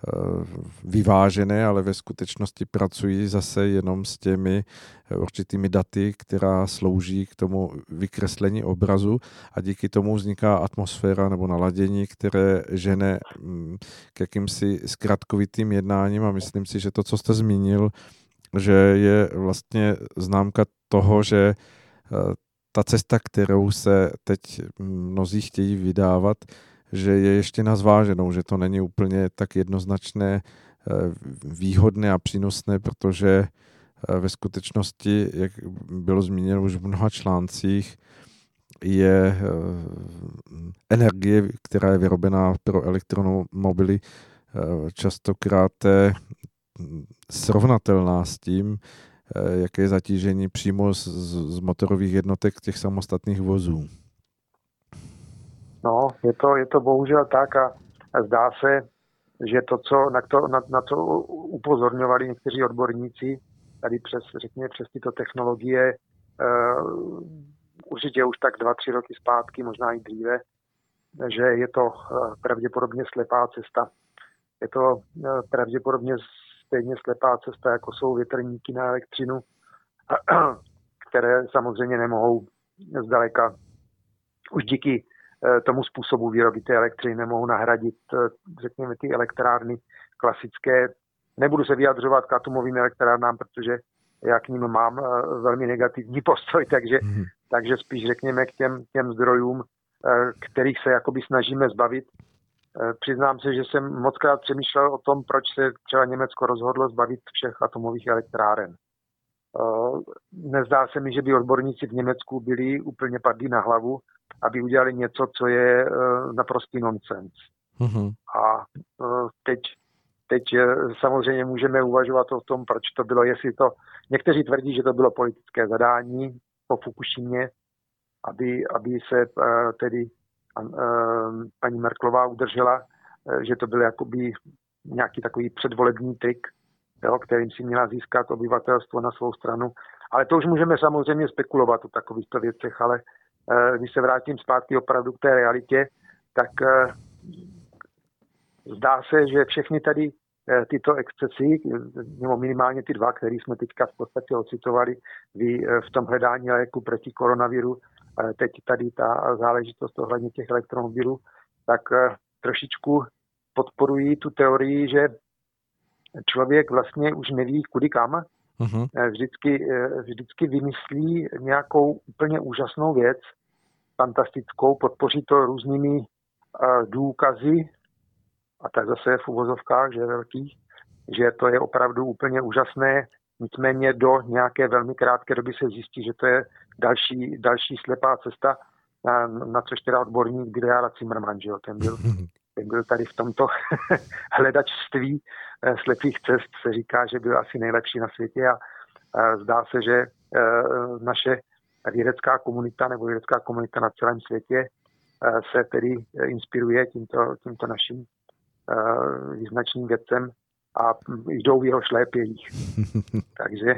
vyvážené, ale ve skutečnosti pracují zase jenom s těmi určitými daty, která slouží k tomu vykreslení obrazu a díky tomu vzniká atmosféra nebo naladění, které žene k jakýmsi zkratkovitým jednáním a myslím si, že to, co jste zmínil, že je vlastně známka toho, že ta cesta, kterou se teď mnozí chtějí vydávat, že je ještě na zváženou, že to není úplně tak jednoznačné, výhodné a přínosné, protože ve skutečnosti, jak bylo zmíněno už v mnoha článcích, je energie, která je vyrobená pro elektromobily, častokrát srovnatelná s tím, jaké je zatížení přímo z, z motorových jednotek těch samostatných vozů. No, je to, je to bohužel tak a zdá se, že to, co, na, to, na, na co upozorňovali někteří odborníci, tady přes, řekněme, přes tyto technologie, uh, určitě už tak dva, tři roky zpátky, možná i dříve, že je to uh, pravděpodobně slepá cesta. Je to uh, pravděpodobně stejně slepá cesta, jako jsou větrníky na elektřinu, které samozřejmě nemohou zdaleka už díky tomu způsobu výroby té elektřiny nemohou nahradit, řekněme, ty elektrárny klasické. Nebudu se vyjadřovat k atomovým elektrárnám, protože já k ním mám velmi negativní postoj, takže, mm. takže spíš řekněme k těm, těm zdrojům, kterých se jakoby snažíme zbavit. Přiznám se, že jsem mockrát přemýšlel o tom, proč se třeba Německo rozhodlo zbavit všech atomových elektráren. Nezdá se mi, že by odborníci v Německu byli úplně padlí na hlavu, aby udělali něco, co je naprostý nonsens. Mm-hmm. A teď, teď samozřejmě můžeme uvažovat o tom, proč to bylo, jestli to... Někteří tvrdí, že to bylo politické zadání po Fukushimě, aby, aby se tedy paní Merkelová udržela, že to byl jakoby nějaký takový předvolební trik, jo, kterým si měla získat obyvatelstvo na svou stranu. Ale to už můžeme samozřejmě spekulovat o takovýchto věcech, ale když se vrátím zpátky opravdu k té realitě, tak zdá se, že všechny tady tyto excesy, nebo minimálně ty dva, které jsme teďka v podstatě ocitovali, vy v tom hledání léku proti koronaviru teď tady ta záležitost ohledně těch elektromobilů, tak trošičku podporují tu teorii, že člověk vlastně už neví kudy kam. Uh-huh. Vždycky, vždycky vymyslí nějakou úplně úžasnou věc, fantastickou, podpoří to různými důkazy, a tak zase v uvozovkách, že je velkých, že to je opravdu úplně úžasné, nicméně do nějaké velmi krátké doby se zjistí, že to je další, další slepá cesta, na, na což teda odborník byl Jára Cimrman, že jo, ten byl, ten byl tady v tomto hledačství slepých cest, se říká, že byl asi nejlepší na světě a, a zdá se, že e, naše vědecká komunita nebo vědecká komunita na celém světě e, se tedy inspiruje tímto, tímto naším e, význačným vědcem a jdou v jeho šlépějích. Takže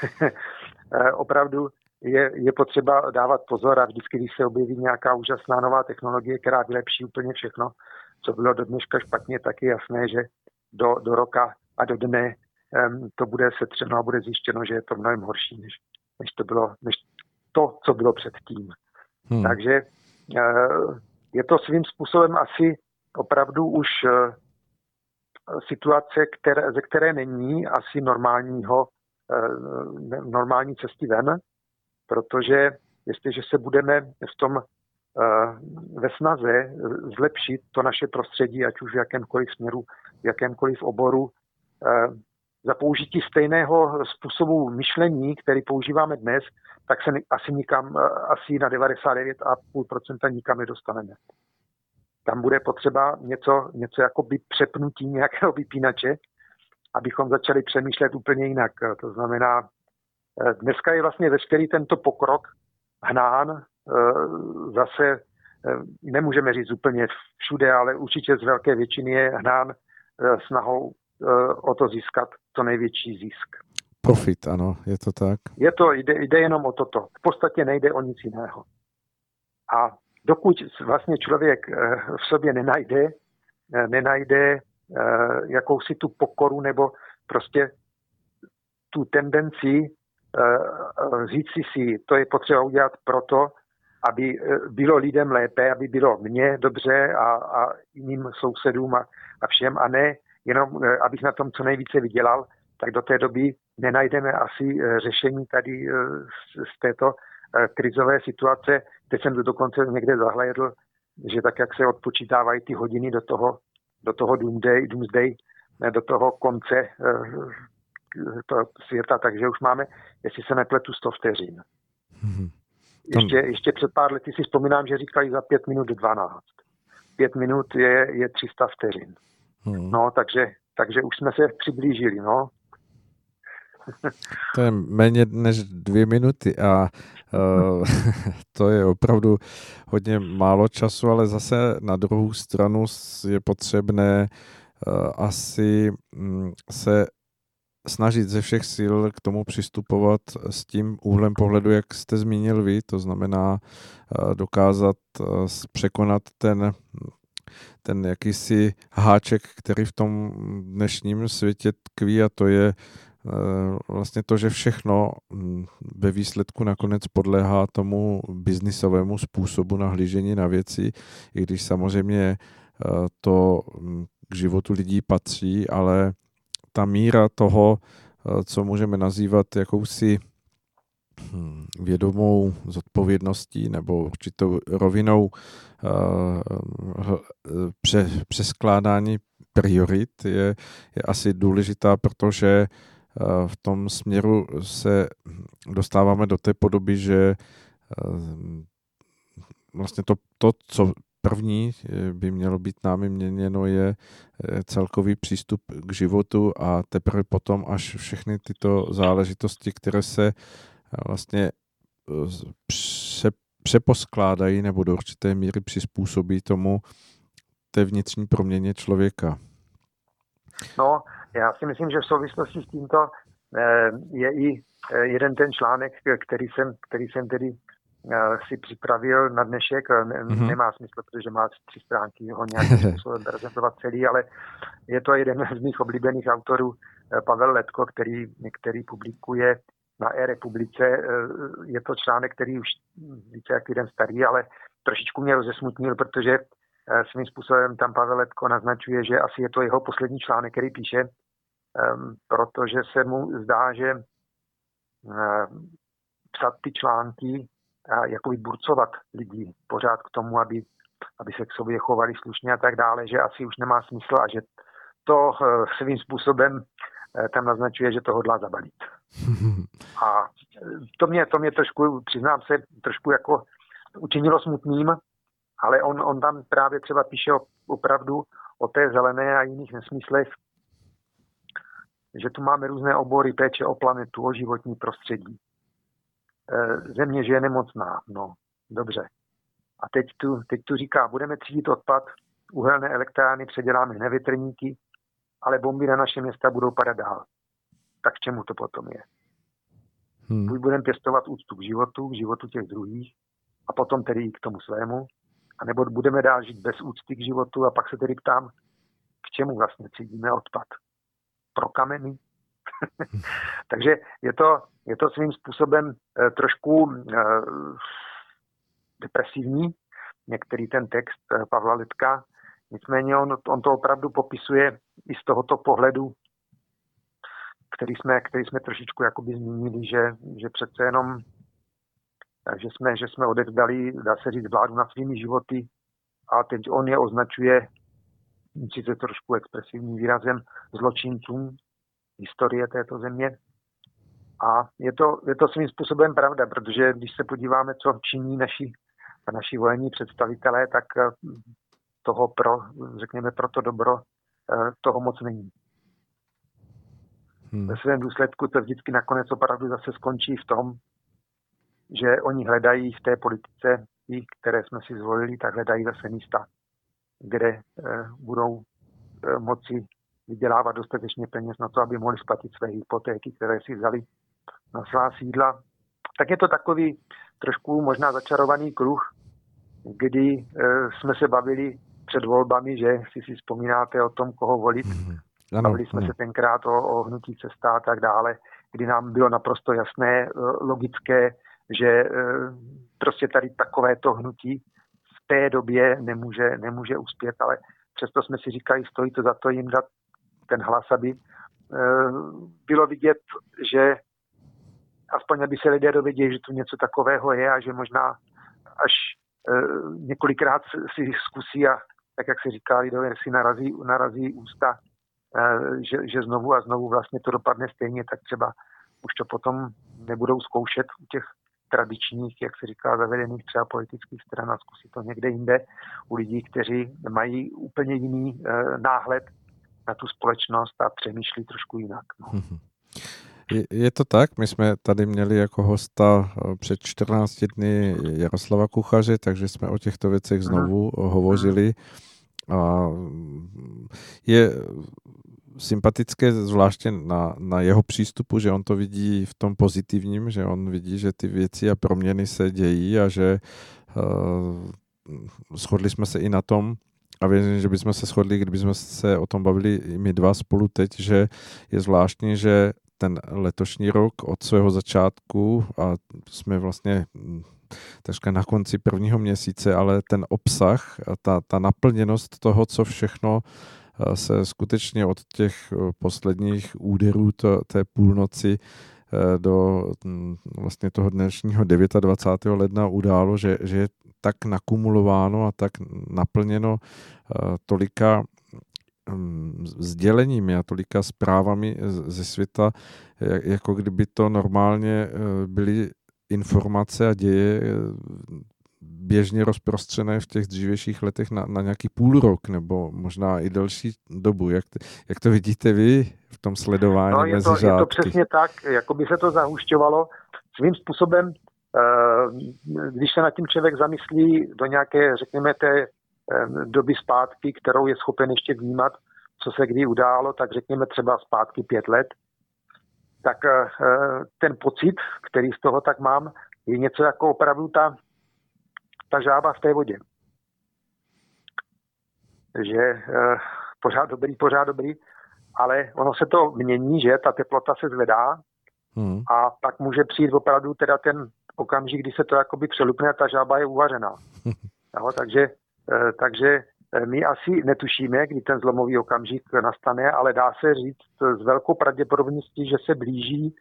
opravdu je, je potřeba dávat pozor a vždycky, když se objeví nějaká úžasná nová technologie, která vylepší úplně všechno, co bylo do dneška špatně, tak je jasné, že do, do roka a do dne um, to bude setřeno a bude zjištěno, že je to mnohem horší, než, než, to, bylo, než to, co bylo předtím. Hmm. Takže uh, je to svým způsobem asi opravdu už uh, situace, které, ze které není asi normálního, uh, normální cesty ven, protože jestliže se budeme v tom uh, ve snaze zlepšit to naše prostředí, ať už v jakémkoliv směru, v jakémkoliv oboru, uh, za použití stejného způsobu myšlení, který používáme dnes, tak se asi nikam, uh, asi na devadesát devět celá pět procenta nikam nedostaneme. Tam bude potřeba něco, něco jakoby přepnutí nějakého vypínače, abychom začali přemýšlet úplně jinak. To znamená, dneska je vlastně veškerý tento pokrok hnán, zase nemůžeme říct úplně všude, ale určitě z velké většiny je hnán snahou o to získat to největší zisk. Profit, ano, je to tak. Je to, jde, jde jenom o toto. V podstatě nejde o nic jiného. A dokud vlastně člověk v sobě nenajde, nenajde jakousi tu pokoru nebo prostě tu tendenci říct si si, to je potřeba udělat proto, aby bylo lidem lépe, aby bylo mně dobře a, a jiným sousedům a, a všem, a ne jenom, abych na tom co nejvíce vydělal, tak do té doby nenajdeme asi řešení tady z, z této krizové situace. Teď jsem to dokonce někde zahlédl, že tak, jak se odpočítávají ty hodiny do toho, do toho doomsday, doomsday, do toho konce to světa, takže už máme, jestli se nepletu, sto vteřin. Hmm. Ještě, ještě před pár lety si vzpomínám, že říkali za pět minut dvanáct. Pět minut je, je tři sta vteřin. Hmm. No, takže, takže už jsme se přiblížili, no. To je méně než dvě minuty a uh, to je opravdu hodně málo času, ale zase na druhou stranu je potřebné uh, asi um, se snažit ze všech sil k tomu přistupovat s tím úhlem pohledu, jak jste zmínil vy, to znamená uh, dokázat uh, překonat ten ten jakýsi háček, který v tom dnešním světě tkví, a to je vlastně to, že všechno ve výsledku nakonec podléhá tomu biznisovému způsobu nahlížení na věci, i když samozřejmě to k životu lidí patří, ale ta míra toho, co můžeme nazývat jakousi vědomou zodpovědností nebo určitou rovinou přeskládání priorit je, je asi důležitá, protože v tom směru se dostáváme do té podoby, že vlastně to, to co první by mělo být námi měněno, je celkový přístup k životu a teprve potom až všechny tyto záležitosti, které se vlastně pře, přeposkládají nebo do určité míry přizpůsobí tomu té vnitřní proměně člověka. No, já si myslím, že v souvislosti s tímto je i jeden ten článek, který jsem, který jsem tedy si připravil na dnešek. Mm-hmm. Nemá smysl, protože má tři stránky, ho nějakým způsobem prezentovat celý, ale je to jeden z mých oblíbených autorů, Pavel Letko, který, který publikuje na e-republice. Je to článek, který už více jak jeden starý, ale trošičku mě rozesmutnil, protože svým způsobem tam Pavel Letko naznačuje, že asi je to jeho poslední článek, který píše, protože se mu zdá, že psat ty články a jako vyburcovat lidi pořád k tomu, aby, aby se k sobě chovali slušně a tak dále, že asi už nemá smysl a že to svým způsobem tam naznačuje, že to hodlá zabalit. A to mě, to mě trošku, přiznám se, trošku jako učinilo smutným, ale on, on tam právě třeba píše opravdu o té zelené a jiných nesmyslech, že tu máme různé obory péče o planetu, o životní prostředí. Země, že je nemocná. No, dobře. A teď tu, teď tu říká, budeme třídit odpad, uhelné elektrárny předěláme na větrníky, ale bomby na naše města budou padat dál. Tak k čemu to potom je? Hmm. Buď budeme pěstovat úctu k životu, k životu těch druhých, a potom tedy i k tomu svému, anebo budeme dál žít bez úcty k životu a pak se tedy ptám, k čemu vlastně třídíme odpad? Pro kameny? Takže je to, je to svým způsobem eh, trošku eh, depresivní, některý ten text eh, Pavla Litka. Nicméně on, on to opravdu popisuje i z tohoto pohledu, který jsme, který jsme trošičku jakoby zmínili, že, že přece jenom, že jsme, že jsme odevzdali, dá se říct, vládu nad svými životy a teď on je označuje, sice trošku expresivním výrazem, zločincům historie této země. A je to, je to svým způsobem pravda, protože když se podíváme, co činí naši, naši vojenní představitelé, tak toho pro, řekněme, pro to dobro, toho moc není. Hmm. Ve svém důsledku to vždycky nakonec opravdu zase skončí v tom, že oni hledají v té politice, které jsme si zvolili, tak hledají zase místa, kde eh, budou eh, moci vydělávat dostatečně peněz na to, aby mohli splatit své hypotéky, které si vzali na svá sídla. Tak je to takový trošku možná začarovaný kruh, kdy eh, jsme se bavili před volbami, že si si vzpomínáte o tom, koho volit. Hmm. Ano, bavili jsme ano. se tenkrát o, o hnutí Cesta a tak dále, kdy nám bylo naprosto jasné, logické, že prostě tady takovéto hnutí v té době nemůže, nemůže uspět, ale přesto jsme si říkali, stojí to za to jim dát ten hlas, aby bylo vidět, že aspoň aby se lidé dověděli, že tu něco takového je a že možná až několikrát si zkusí a tak, jak se říká, lidově si narazí, narazí ústa, Že, že znovu a znovu vlastně to dopadne stejně, tak třeba už to potom nebudou zkoušet u těch tradičních, jak se říká, zavedených třeba politických stran a zkusí to někde jinde u lidí, kteří mají úplně jiný e, náhled na tu společnost a přemýšlí trošku jinak. No. Je, je to tak, my jsme tady měli jako hosta před čtrnácti dny Jaroslava Kuchaře, takže jsme o těchto věcech znovu Aha. hovořili. A je sympatické zvláště na, na jeho přístupu, že on to vidí v tom pozitivním, že on vidí, že ty věci a proměny se dějí a že uh, shodli jsme se i na tom, a věřím, že bychom se shodli, kdybychom se o tom bavili i my dva spolu teď, že je zvláštní, že ten letošní rok od svého začátku, a jsme vlastně takřka na konci prvního měsíce, ale ten obsah a ta, ta naplněnost toho, co všechno se skutečně od těch posledních úderů to, té půlnoci do vlastně toho dnešního dvacátého devátého ledna událo, že, že je tak nakumulováno a tak naplněno tolika sděleními a tolika zprávami ze světa, jako kdyby to normálně byly informace a děje běžně rozprostřené v těch dřívějších letech na, na nějaký půl rok nebo možná i delší dobu. Jak, jak to vidíte vy v tom sledování no, je mezi to, řádky? Je to přesně tak, jako by se to zahušťovalo. Svým způsobem, když se nad tím člověk zamyslí do nějaké, řekněme, té doby zpátky, kterou je schopen ještě vnímat, co se kdy událo, tak řekněme třeba zpátky pět let, tak ten pocit, který z toho tak mám, je něco jako opravdu ta, ta žába v té vodě. Že pořád dobrý, pořád dobrý, ale ono se to mění, že ta teplota se zvedá Hmm. A pak může přijít opravdu teda ten okamžik, kdy se to jakoby přelupne a ta žába je uvařená. No, takže, takže my asi netušíme, kdy ten zlomový okamžik nastane, ale dá se říct s velkou pravděpodobností, že se blíží.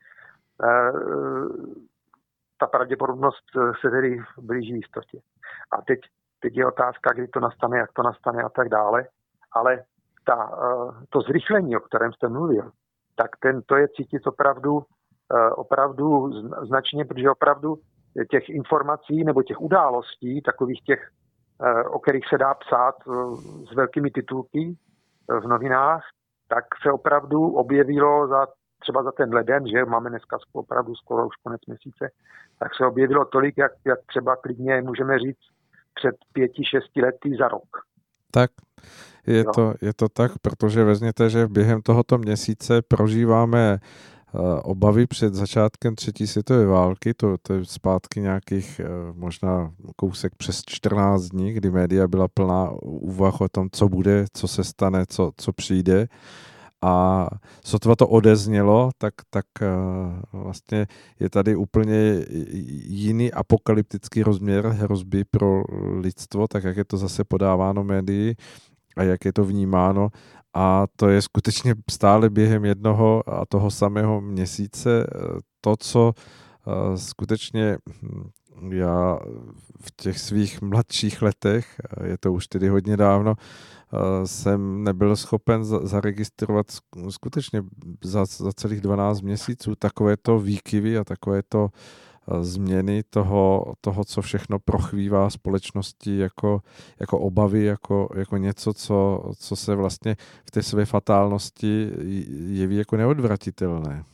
Ta pravděpodobnost se tedy blíží jistotě. A teď, teď je otázka, kdy to nastane, jak to nastane a tak dále. Ale ta, to zrychlení, o kterém jste mluvil, tak ten, to je cítit opravdu, opravdu značně, protože opravdu těch informací nebo těch událostí, takových těch, o kterých se dá psát s velkými titulky v novinách, tak se opravdu objevilo za třeba za ten leden, že máme dneska opravdu skoro už konec měsíce, tak se objevilo tolik, jak, jak třeba klidně můžeme říct před pěti, šesti lety za rok. Tak, je to, je to tak, protože vezměte, že během tohoto měsíce prožíváme obavy před začátkem třetí světové války, to, to je zpátky nějakých možná kousek přes čtrnáct dní, kdy média byla plná úvah o tom, co bude, co se stane, co, co přijde. A sotva to odeznělo, tak, tak vlastně je tady úplně jiný apokalyptický rozměr hrozby pro lidstvo, tak jak je to zase podáváno médii a jak je to vnímáno. A to je skutečně stále během jednoho a toho samého měsíce to, co skutečně já v těch svých mladších letech, je to už tedy hodně dávno, jsem nebyl schopen zaregistrovat skutečně za, za celých dvanáct měsíců takovéto výkyvy a takovéto změny toho, toho co všechno prochvívá společnosti jako, jako obavy, jako, jako něco, co, co se vlastně v té své fatálnosti jeví jako neodvratitelné.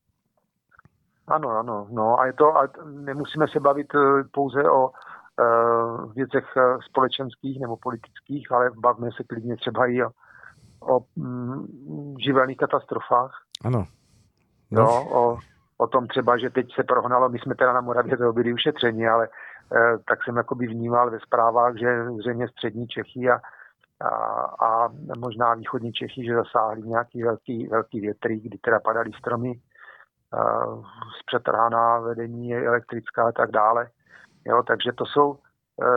Ano, ano, no a je to, a nemusíme se bavit pouze o uh, věcech společenských nebo politických, ale bavíme se klidně třeba i o, o um, živelných katastrofách. Ano. No. Jo, o, o tom třeba, že teď se prohnalo, my jsme teda na Moravě to byli ušetření, ale uh, tak jsem jakoby vnímal ve zprávách, že zřejmě střední Čechy a, a, a možná východní Čechy, že zasáhly nějaký velký, velký větry, kdy teda padaly stromy, zpřetrhaná vedení elektrická a tak dále. Jo, takže to jsou uh,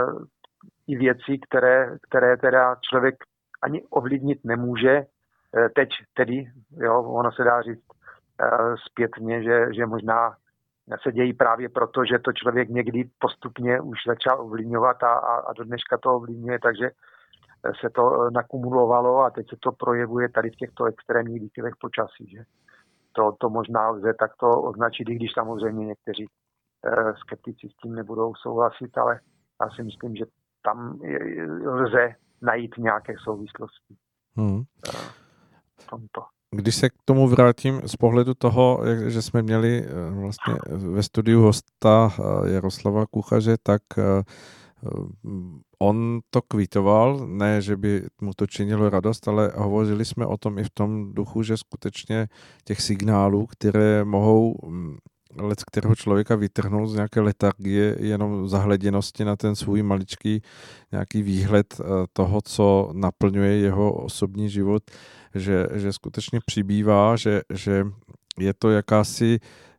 i věci, které, které teda člověk ani ovlivnit nemůže. Uh, teď tedy, jo, ono se dá říct uh, zpětně, že, že možná se dějí právě proto, že to člověk někdy postupně už začal ovlivňovat a, a, a do dneška to ovlivňuje, takže se to nakumulovalo a teď se to projevuje tady v těchto extrémních výkyvech počasí, že? To, to možná lze takto označit, i když samozřejmě někteří e, skeptici s tím nebudou souhlasit, ale já si myslím, že tam je, lze najít nějaké souvislosti. Hmm. E, v tomto. Když se k tomu vrátím z pohledu toho, že jsme měli vlastně ve studiu hosta Jaroslava Kuchaře, tak on to kvítoval, ne, že by mu to činilo radost, ale hovořili jsme o tom i v tom duchu, že skutečně těch signálů, které mohou lec kterého člověka vytrhnout z nějaké letargie, jenom zahleděnosti na ten svůj maličký nějaký výhled toho, co naplňuje jeho osobní život, že, že skutečně přibývá, že, že je to jakási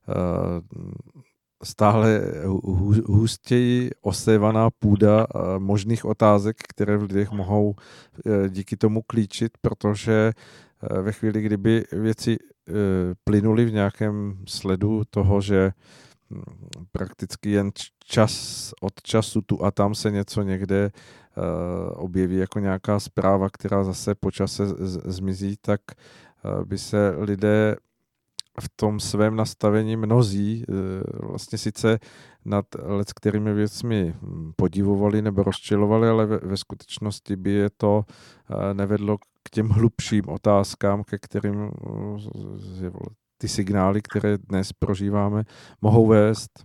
stále hustěji osévaná půda možných otázek, které v lidech mohou díky tomu klíčit, protože ve chvíli, kdyby věci plynuly v nějakém sledu toho, že prakticky jen čas od času tu a tam se něco někde objeví jako nějaká zpráva, která zase po čase zmizí, tak by se lidé v tom svém nastavení mnozí vlastně sice nad leckterými věcmi podivovali nebo rozčilovali, ale ve, ve skutečnosti by je to nevedlo k těm hlubším otázkám, ke kterým ty signály, které dnes prožíváme, mohou vést.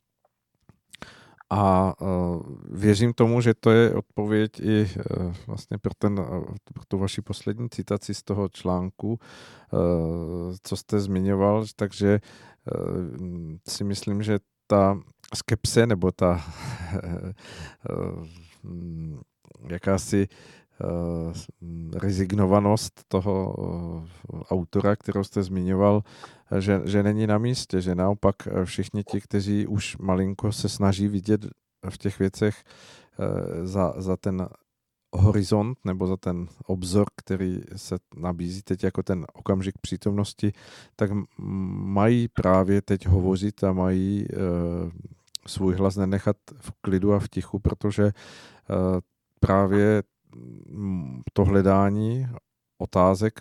A uh, věřím tomu, že to je odpověď i uh, vlastně pro, ten, uh, pro tu vaši poslední citaci z toho článku, uh, co jste zmiňoval, takže uh, si myslím, že ta skepse nebo ta uh, jakási rezignovanost toho autora, kterou jste zmiňoval, že, že není na místě, že naopak všichni ti, kteří už malinko se snaží vidět v těch věcech za, za ten horizont nebo za ten obzor, který se nabízí teď jako ten okamžik přítomnosti, tak mají právě teď hovořit a mají svůj hlas nenechat v klidu a v tichu, protože právě to hledání otázek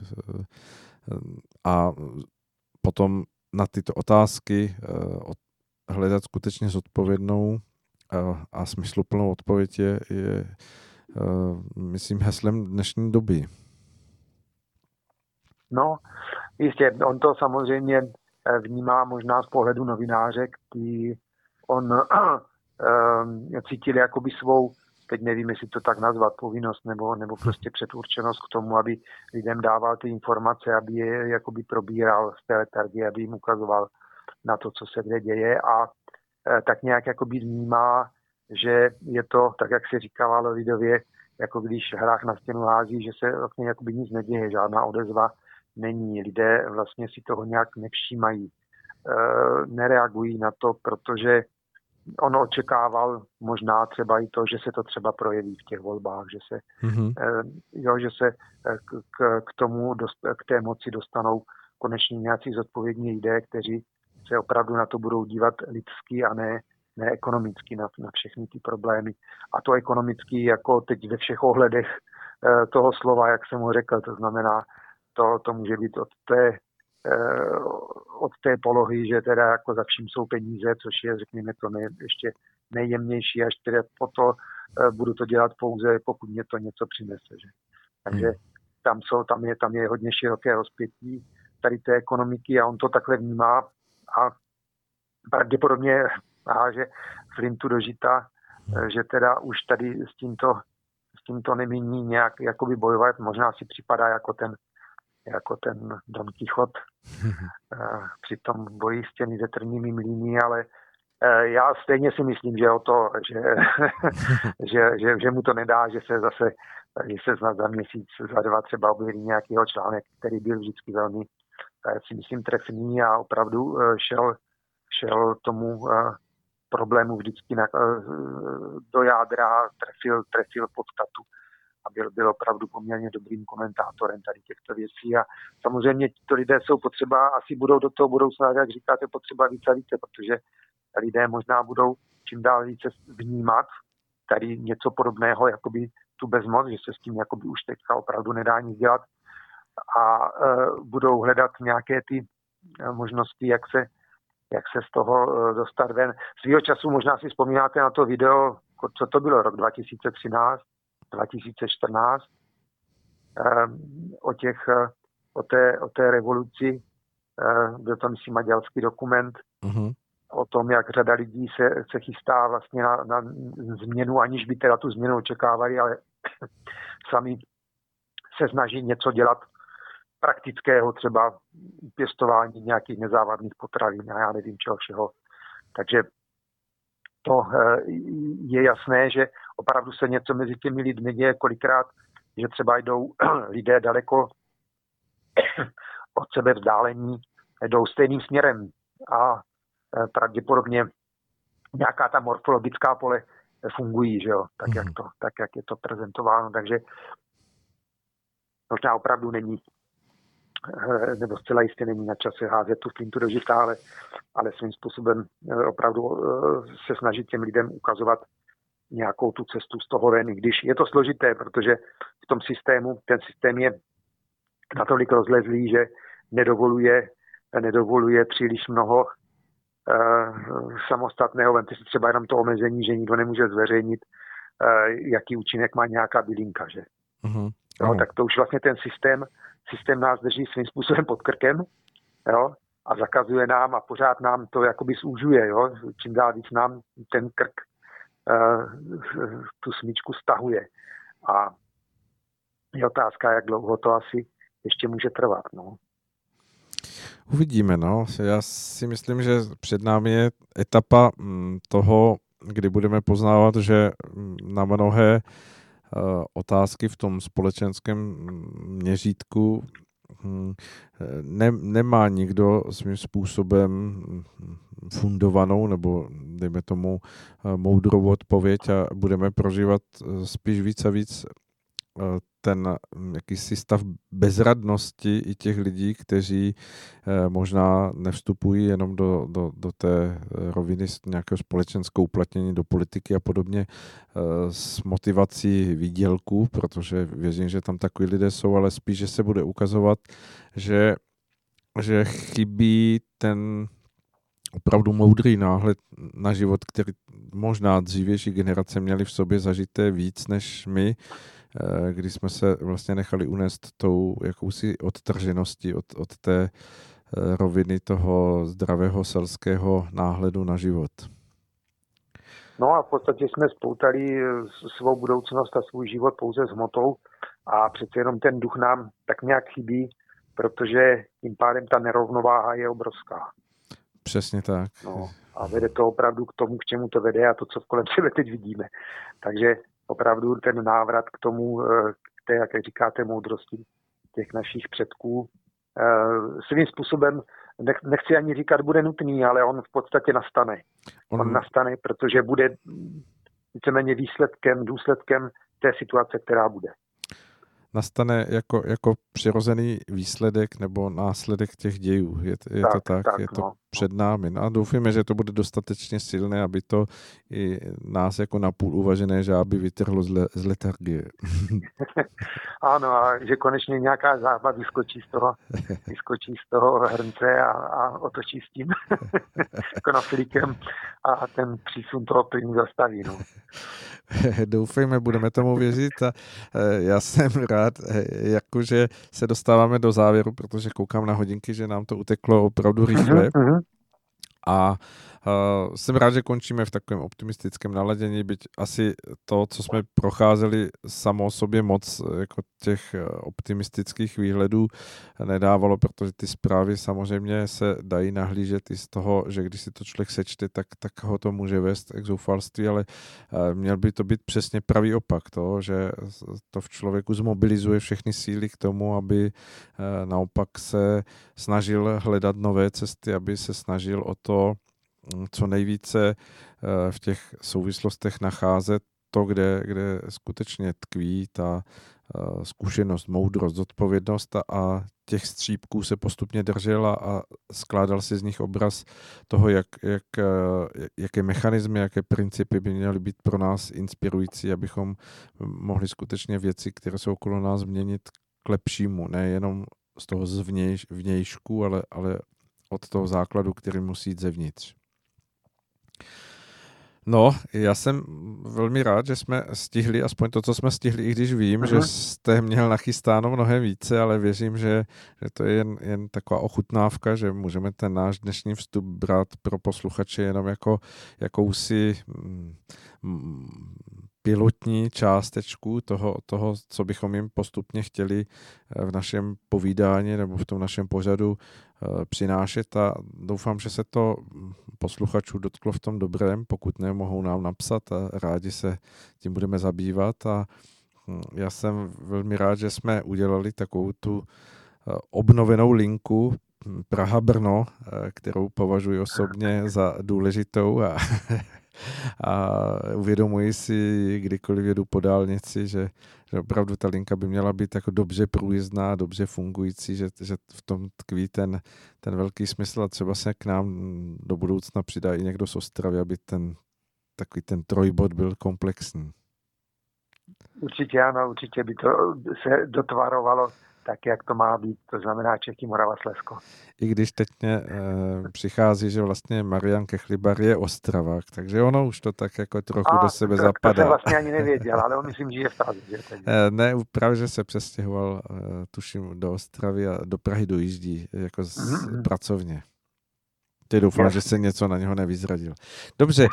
a potom na tyto otázky hledat skutečně zodpovědnou a smysluplnou odpověď je, je myslím, heslem dnešní doby. No, jistě, on to samozřejmě vnímá možná z pohledu novináře, který on cítil jakoby svou, teď nevím, jestli to tak nazvat, povinnost nebo, nebo prostě předurčenost k tomu, aby lidem dával ty informace, aby je jakoby probíral z té letargie, aby jim ukazoval na to, co se kde děje a tak nějak jakoby vnímá, že je to, tak jak se říkávalo lidově, jako když hrách na stěnu hází, že se vlastně jakoby nic neděje, žádná odezva není. Lidé vlastně si toho nějak nevšímají, e, nereagují na to, protože on očekával možná třeba i to, že se to třeba projeví v těch volbách, že se, mm-hmm. e, jo, že se k, k, k tomu, dost, k té moci dostanou konečně nějací zodpovědní lidé, kteří se opravdu na to budou dívat lidsky a ne, ne ekonomicky na, na všechny ty problémy. A to ekonomicky jako teď ve všech ohledech e, toho slova, jak jsem mu řekl, to znamená, to, to může být od té, e, od té polohy, že teda jako za vším jsou peníze, což je, řekněme, to nej, ještě nejjemnější, až teda po to e, budu to dělat pouze, pokud mě to něco přinese. Že? Takže tam, jsou, tam, je, tam je hodně široké rozpětí tady té ekonomiky a on to takhle vnímá a pravděpodobně háže flintu do žita, že teda už tady s tímto, s tímto nemíní nějak jakoby bojovat. Možná si připadá jako ten, jako ten Don Kichot při tom boji s těmi větrnými mlýny, ale já stejně si myslím, že o to, že, že, že, že mu to nedá, že se zase že se snad za měsíc, za dva třeba objeví nějakýho článek, který byl vždycky velmi, si myslím, trefný a opravdu šel, šel tomu problému vždycky na, do jádra, trefil, trefil podstatu a byl, byl opravdu poměrně dobrým komentátorem tady těchto věcí. A samozřejmě to lidé jsou potřeba, asi budou do toho budoucna, jak říkáte, potřeba více a více, protože lidé možná budou čím dál více vnímat tady něco podobného, jakoby tu bezmoc, že se s tím jakoby už teďka opravdu nedá nic dělat a e, budou hledat nějaké ty možnosti, jak se jak se z toho dostat ven. Svýho času možná si vzpomínáte na to video, co to bylo, rok dva tisíce třináct, dva tisíce čtrnáct, o, těch, o, té, o té revoluci, byl to, myslím, maďarský dokument, uh-huh. o tom, jak řada lidí se, se chystá vlastně na, na změnu, aniž by teda tu změnu očekávali, ale sami se snaží něco dělat praktického, třeba pěstování nějakých nezávadných potravin a já nevím čeho všeho. Takže to je jasné, že opravdu se něco mezi těmi lidmi děje kolikrát, že třeba jdou lidé daleko od sebe vzdálení, jdou stejným směrem a pravděpodobně nějaká ta morfologická pole fungují, že jo, tak, jak to, tak jak je to prezentováno, takže možná opravdu není nebo zcela jistě není na čase házet tu flintu do žita, ale, ale svým způsobem opravdu se snažit těm lidem ukazovat nějakou tu cestu z toho ven, i když je to složité, protože v tom systému, ten systém je natolik rozlezlý, že nedovoluje, nedovoluje příliš mnoho uh, samostatného. Vemte si třeba jenom to omezení, že nikdo nemůže zveřejnit, uh, jaký účinek má nějaká bylinka, že? Uh-huh. No, tak to už vlastně ten systém Systém nás drží svým způsobem pod krkem, jo, a zakazuje nám a pořád nám to jakoby zúžuje, jo, čím dál víc nám ten krk uh, tu smyčku stahuje. A je otázka, jak dlouho to asi ještě může trvat, no. Uvidíme, no. Já si myslím, že před námi je etapa toho, kdy budeme poznávat, že na mnohé otázky v tom společenském měřítku ne, nemá nikdo svým způsobem fundovanou nebo dejme tomu moudrou odpověď a budeme prožívat spíš víc a víc ten jakýsi stav bezradnosti i těch lidí, kteří možná nevstupují jenom do, do, do té roviny nějakého společenského uplatnění do politiky a podobně s motivací výdělku, protože věřím, že tam takový lidé jsou, ale spíš, že se bude ukazovat, že, že chybí ten opravdu moudrý náhled na život, který možná dřívější generace měly v sobě zažité víc než my, když jsme se vlastně nechali unést tou jakousi odtržeností od, od té roviny toho zdravého selského náhledu na život. No a v podstatě jsme spoutali svou budoucnost a svůj život pouze s hmotou a přece jenom ten duch nám tak nějak chybí, protože tím pádem ta nerovnováha je obrovská. Přesně tak. No, a vede to opravdu k tomu, k čemu to vede a to, co kolem sebe teď vidíme. Takže opravdu ten návrat k tomu, k té, jak říkáte, moudrosti těch našich předků, svým způsobem, nechci ani říkat, bude nutný, ale on v podstatě nastane. On, on nastane, protože bude víceméně výsledkem, důsledkem té situace, která bude. Nastane jako, jako přirozený výsledek nebo následek těch dějů. Je, je tak, to tak, tak je to no. před námi. No a doufíme, že to bude dostatečně silné, aby to i nás jako napůl uvažené žáby vytrhlo z, le, z letargie. Ano, a že konečně nějaká žába vyskočí z toho, vyskočí z toho hrnce a, a otočí s tím knoflíkem a ten přísun toho plynu zastaví. No. Doufejme, budeme tomu věřit a já jsem rád, jakože se dostáváme do závěru, protože koukám na hodinky, že nám to uteklo opravdu rychle. Uh-huh. A uh, jsem rád, že končíme v takovém optimistickém naladění, byť asi to, co jsme procházeli samo o sobě moc jako těch optimistických výhledů nedávalo, protože ty zprávy samozřejmě se dají nahlížet i z toho, že když si to člověk sečte, tak, tak ho to může vést k zoufalství, ale uh, měl by to být přesně pravý opak toho, že to v člověku zmobilizuje všechny síly k tomu, aby uh, naopak se snažil hledat nové cesty, aby se snažil o to co nejvíce v těch souvislostech nacházet to, kde, kde skutečně tkví ta zkušenost, moudrost, zodpovědnost a, a těch střípků se postupně držel a, a skládal si z nich obraz toho, jak, jak, jaké mechanismy, jaké principy by měly být pro nás inspirující, abychom mohli skutečně věci, které jsou okolo nás, změnit k lepšímu, nejenom z toho zvnějš, vnějšku, ale, ale od toho základu, který musí jít zevnitř. No, já jsem velmi rád, že jsme stihli, aspoň to, co jsme stihli, i když vím, uh-huh. že jste měl nachystáno mnohem více, ale věřím, že, že to je jen, jen taková ochutnávka, že můžeme ten náš dnešní vstup brát pro posluchače jenom jako jakousi mm, pilotní částečku toho, toho, co bychom jim postupně chtěli v našem povídání nebo v tom našem pořadu přinášet a doufám, že se to posluchačů dotklo v tom dobrém, pokud ne, mohou nám napsat a rádi se tím budeme zabývat a já jsem velmi rád, že jsme udělali takovou tu obnovenou linku Praha-Brno, kterou považuji osobně za důležitou a a uvědomuji si, kdykoliv jedu po dálnici, že, že opravdu ta linka by měla být jako dobře průjezdná, dobře fungující, že, že v tom tkví ten, ten velký smysl a třeba se k nám do budoucna přidá i někdo z Ostravy, aby ten takový ten trojbod byl komplexní. Určitě ano, určitě by to se dotvarovalo tak, jak to má být, to znamená Čechy, Morava, Slezsko. I když teď mě e, přichází, že vlastně Marian Kechlibar je Ostravák, takže ono už to tak jako trochu A, do sebe to, zapadá. To jsem vlastně ani nevěděl, ale on myslím, že je v Praze. E, ne, právě, že se přestěhoval, e, tuším, do Ostravy a do Prahy dojíždí jako z, mm-hmm. pracovně. Ty doufám, že se něco na něho nevyzradil. Dobře.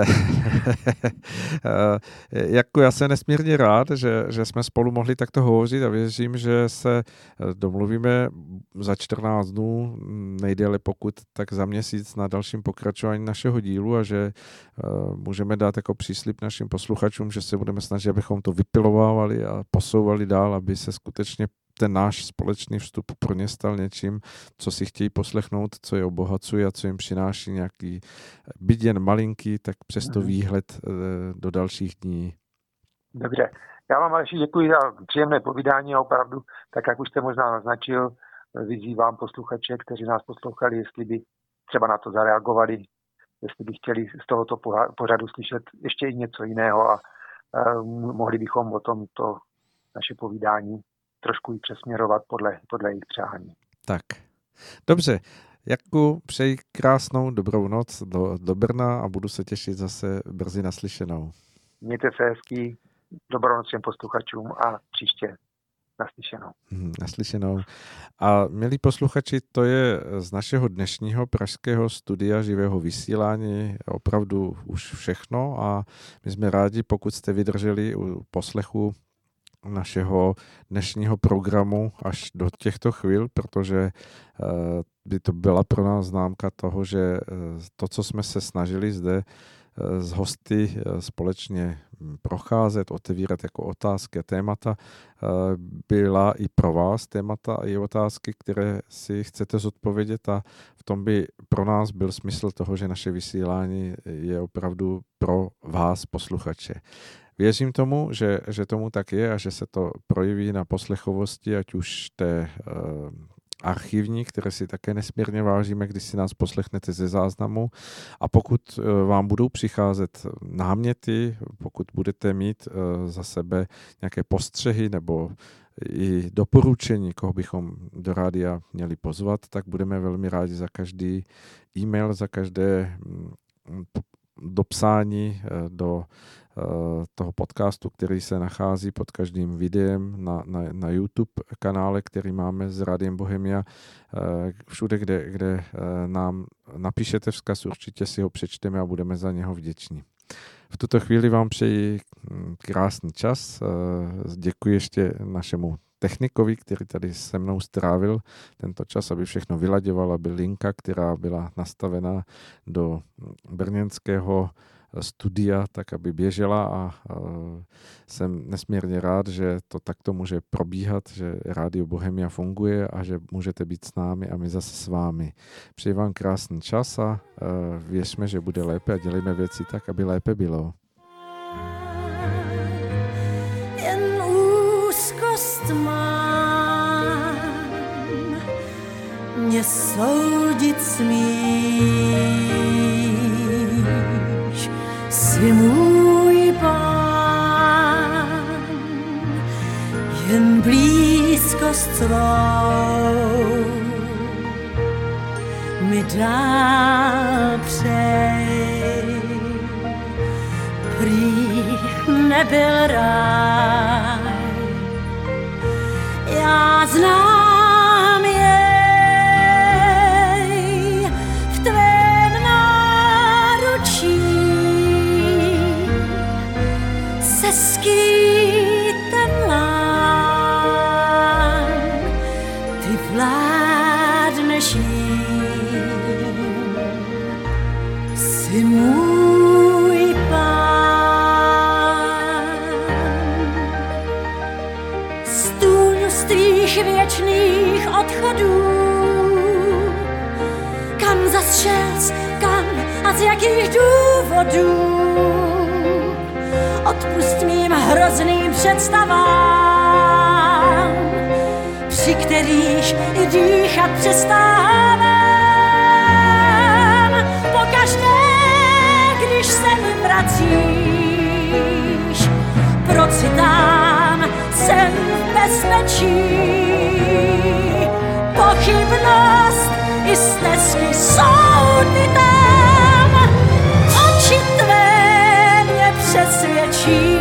Jako já jsem nesmírně rád, že, že jsme spolu mohli takto hovořit a věřím, že se domluvíme za čtrnáct dnů, nejdéle pokud tak za měsíc na dalším pokračování našeho dílu a že můžeme dát jako příslib našim posluchačům, že se budeme snažit, abychom to vypilovávali a posouvali dál, aby se skutečně ten náš společný vstup pro ně stal něčím, co si chtějí poslechnout, co je obohacuje a co jim přináší nějaký, byť jen malinký, tak přesto výhled do dalších dní. Dobře. Já vám Aleši děkuji za příjemné povídání a opravdu, tak jak už jste možná naznačil, vyzývám posluchače, kteří nás poslouchali, jestli by třeba na to zareagovali, jestli by chtěli z tohoto pořadu slyšet ještě i něco jiného a mohli bychom o tomto naše povídání trošku i přesměrovat podle, podle jejich přání. Tak, dobře. Jakku, přeji krásnou dobrou noc do, do Brna a budu se těšit zase brzy naslyšenou. Mějte se hezky, dobrou noc všem posluchačům a příště naslyšenou. Hmm, naslyšenou. A milí posluchači, to je z našeho dnešního pražského studia živého vysílání opravdu už všechno a my jsme rádi, pokud jste vydrželi u poslechu našeho dnešního programu až do těchto chvíl, protože by to byla pro nás známka toho, že to, co jsme se snažili zde s hosty společně procházet, otevírat jako otázky a témata, byla i pro vás témata a i otázky, které si chcete zodpovědět a v tom by pro nás byl smysl toho, že naše vysílání je opravdu pro vás, posluchače. Věřím tomu, že, že tomu tak je a že se to projeví na poslechovosti, ať už té uh, archivní, které si také nesmírně vážíme, když si nás poslechnete ze záznamu. A pokud uh, vám budou přicházet náměty, pokud budete mít uh, za sebe nějaké postřehy nebo i doporučení, koho bychom do rádia měli pozvat, tak budeme velmi rádi za každý e-mail, za každé um, dopsání uh, do toho podcastu, který se nachází pod každým videem na, na, na YouTube kanále, který máme s Rádiem Bohemia. Všude, kde, kde nám napíšete vzkaz, určitě si ho přečteme a budeme za něho vděční. V tuto chvíli vám přeji krásný čas. Děkuji ještě našemu technikovi, který tady se mnou strávil tento čas, aby všechno vylaďoval, aby linka, která byla nastavena do brněnského studia, tak aby běžela a, a jsem nesmírně rád, že to takto může probíhat, že Rádio Bohemia funguje a že můžete být s námi a my zase s vámi. Přeji vám krásný čas a věřme, že bude lépe a dělejme věci tak, aby lépe bylo. Jen úzkost mám, mě soudit smíš, jsi můj pán, jen blízkost svou mi dál přej. Prý nebyl ráj, já znám jej v tvém náručí se skýtem lán, ty vládneš jím, jsi můj pán. Stůl z tvých věčných odchodů, kam zas šel, kam a z jakých důvodů, odpust mým hrozným představám, při kterých i dýchat přestávám. Pokaždé, když se mi vracíš, procitám, jsem v bezpečí. Pochybnost i stesky jsou ty tam, oči tvé mě přesvědčí.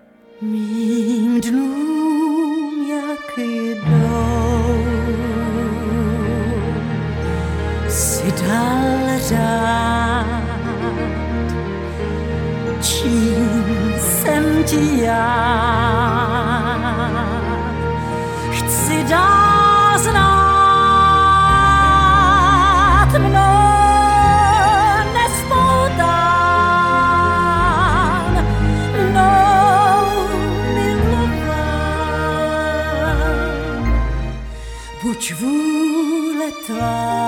Mým dnům jak jdou, ti já chci dál znát, mnou nespoután, mnou milován. Buď vůle tvá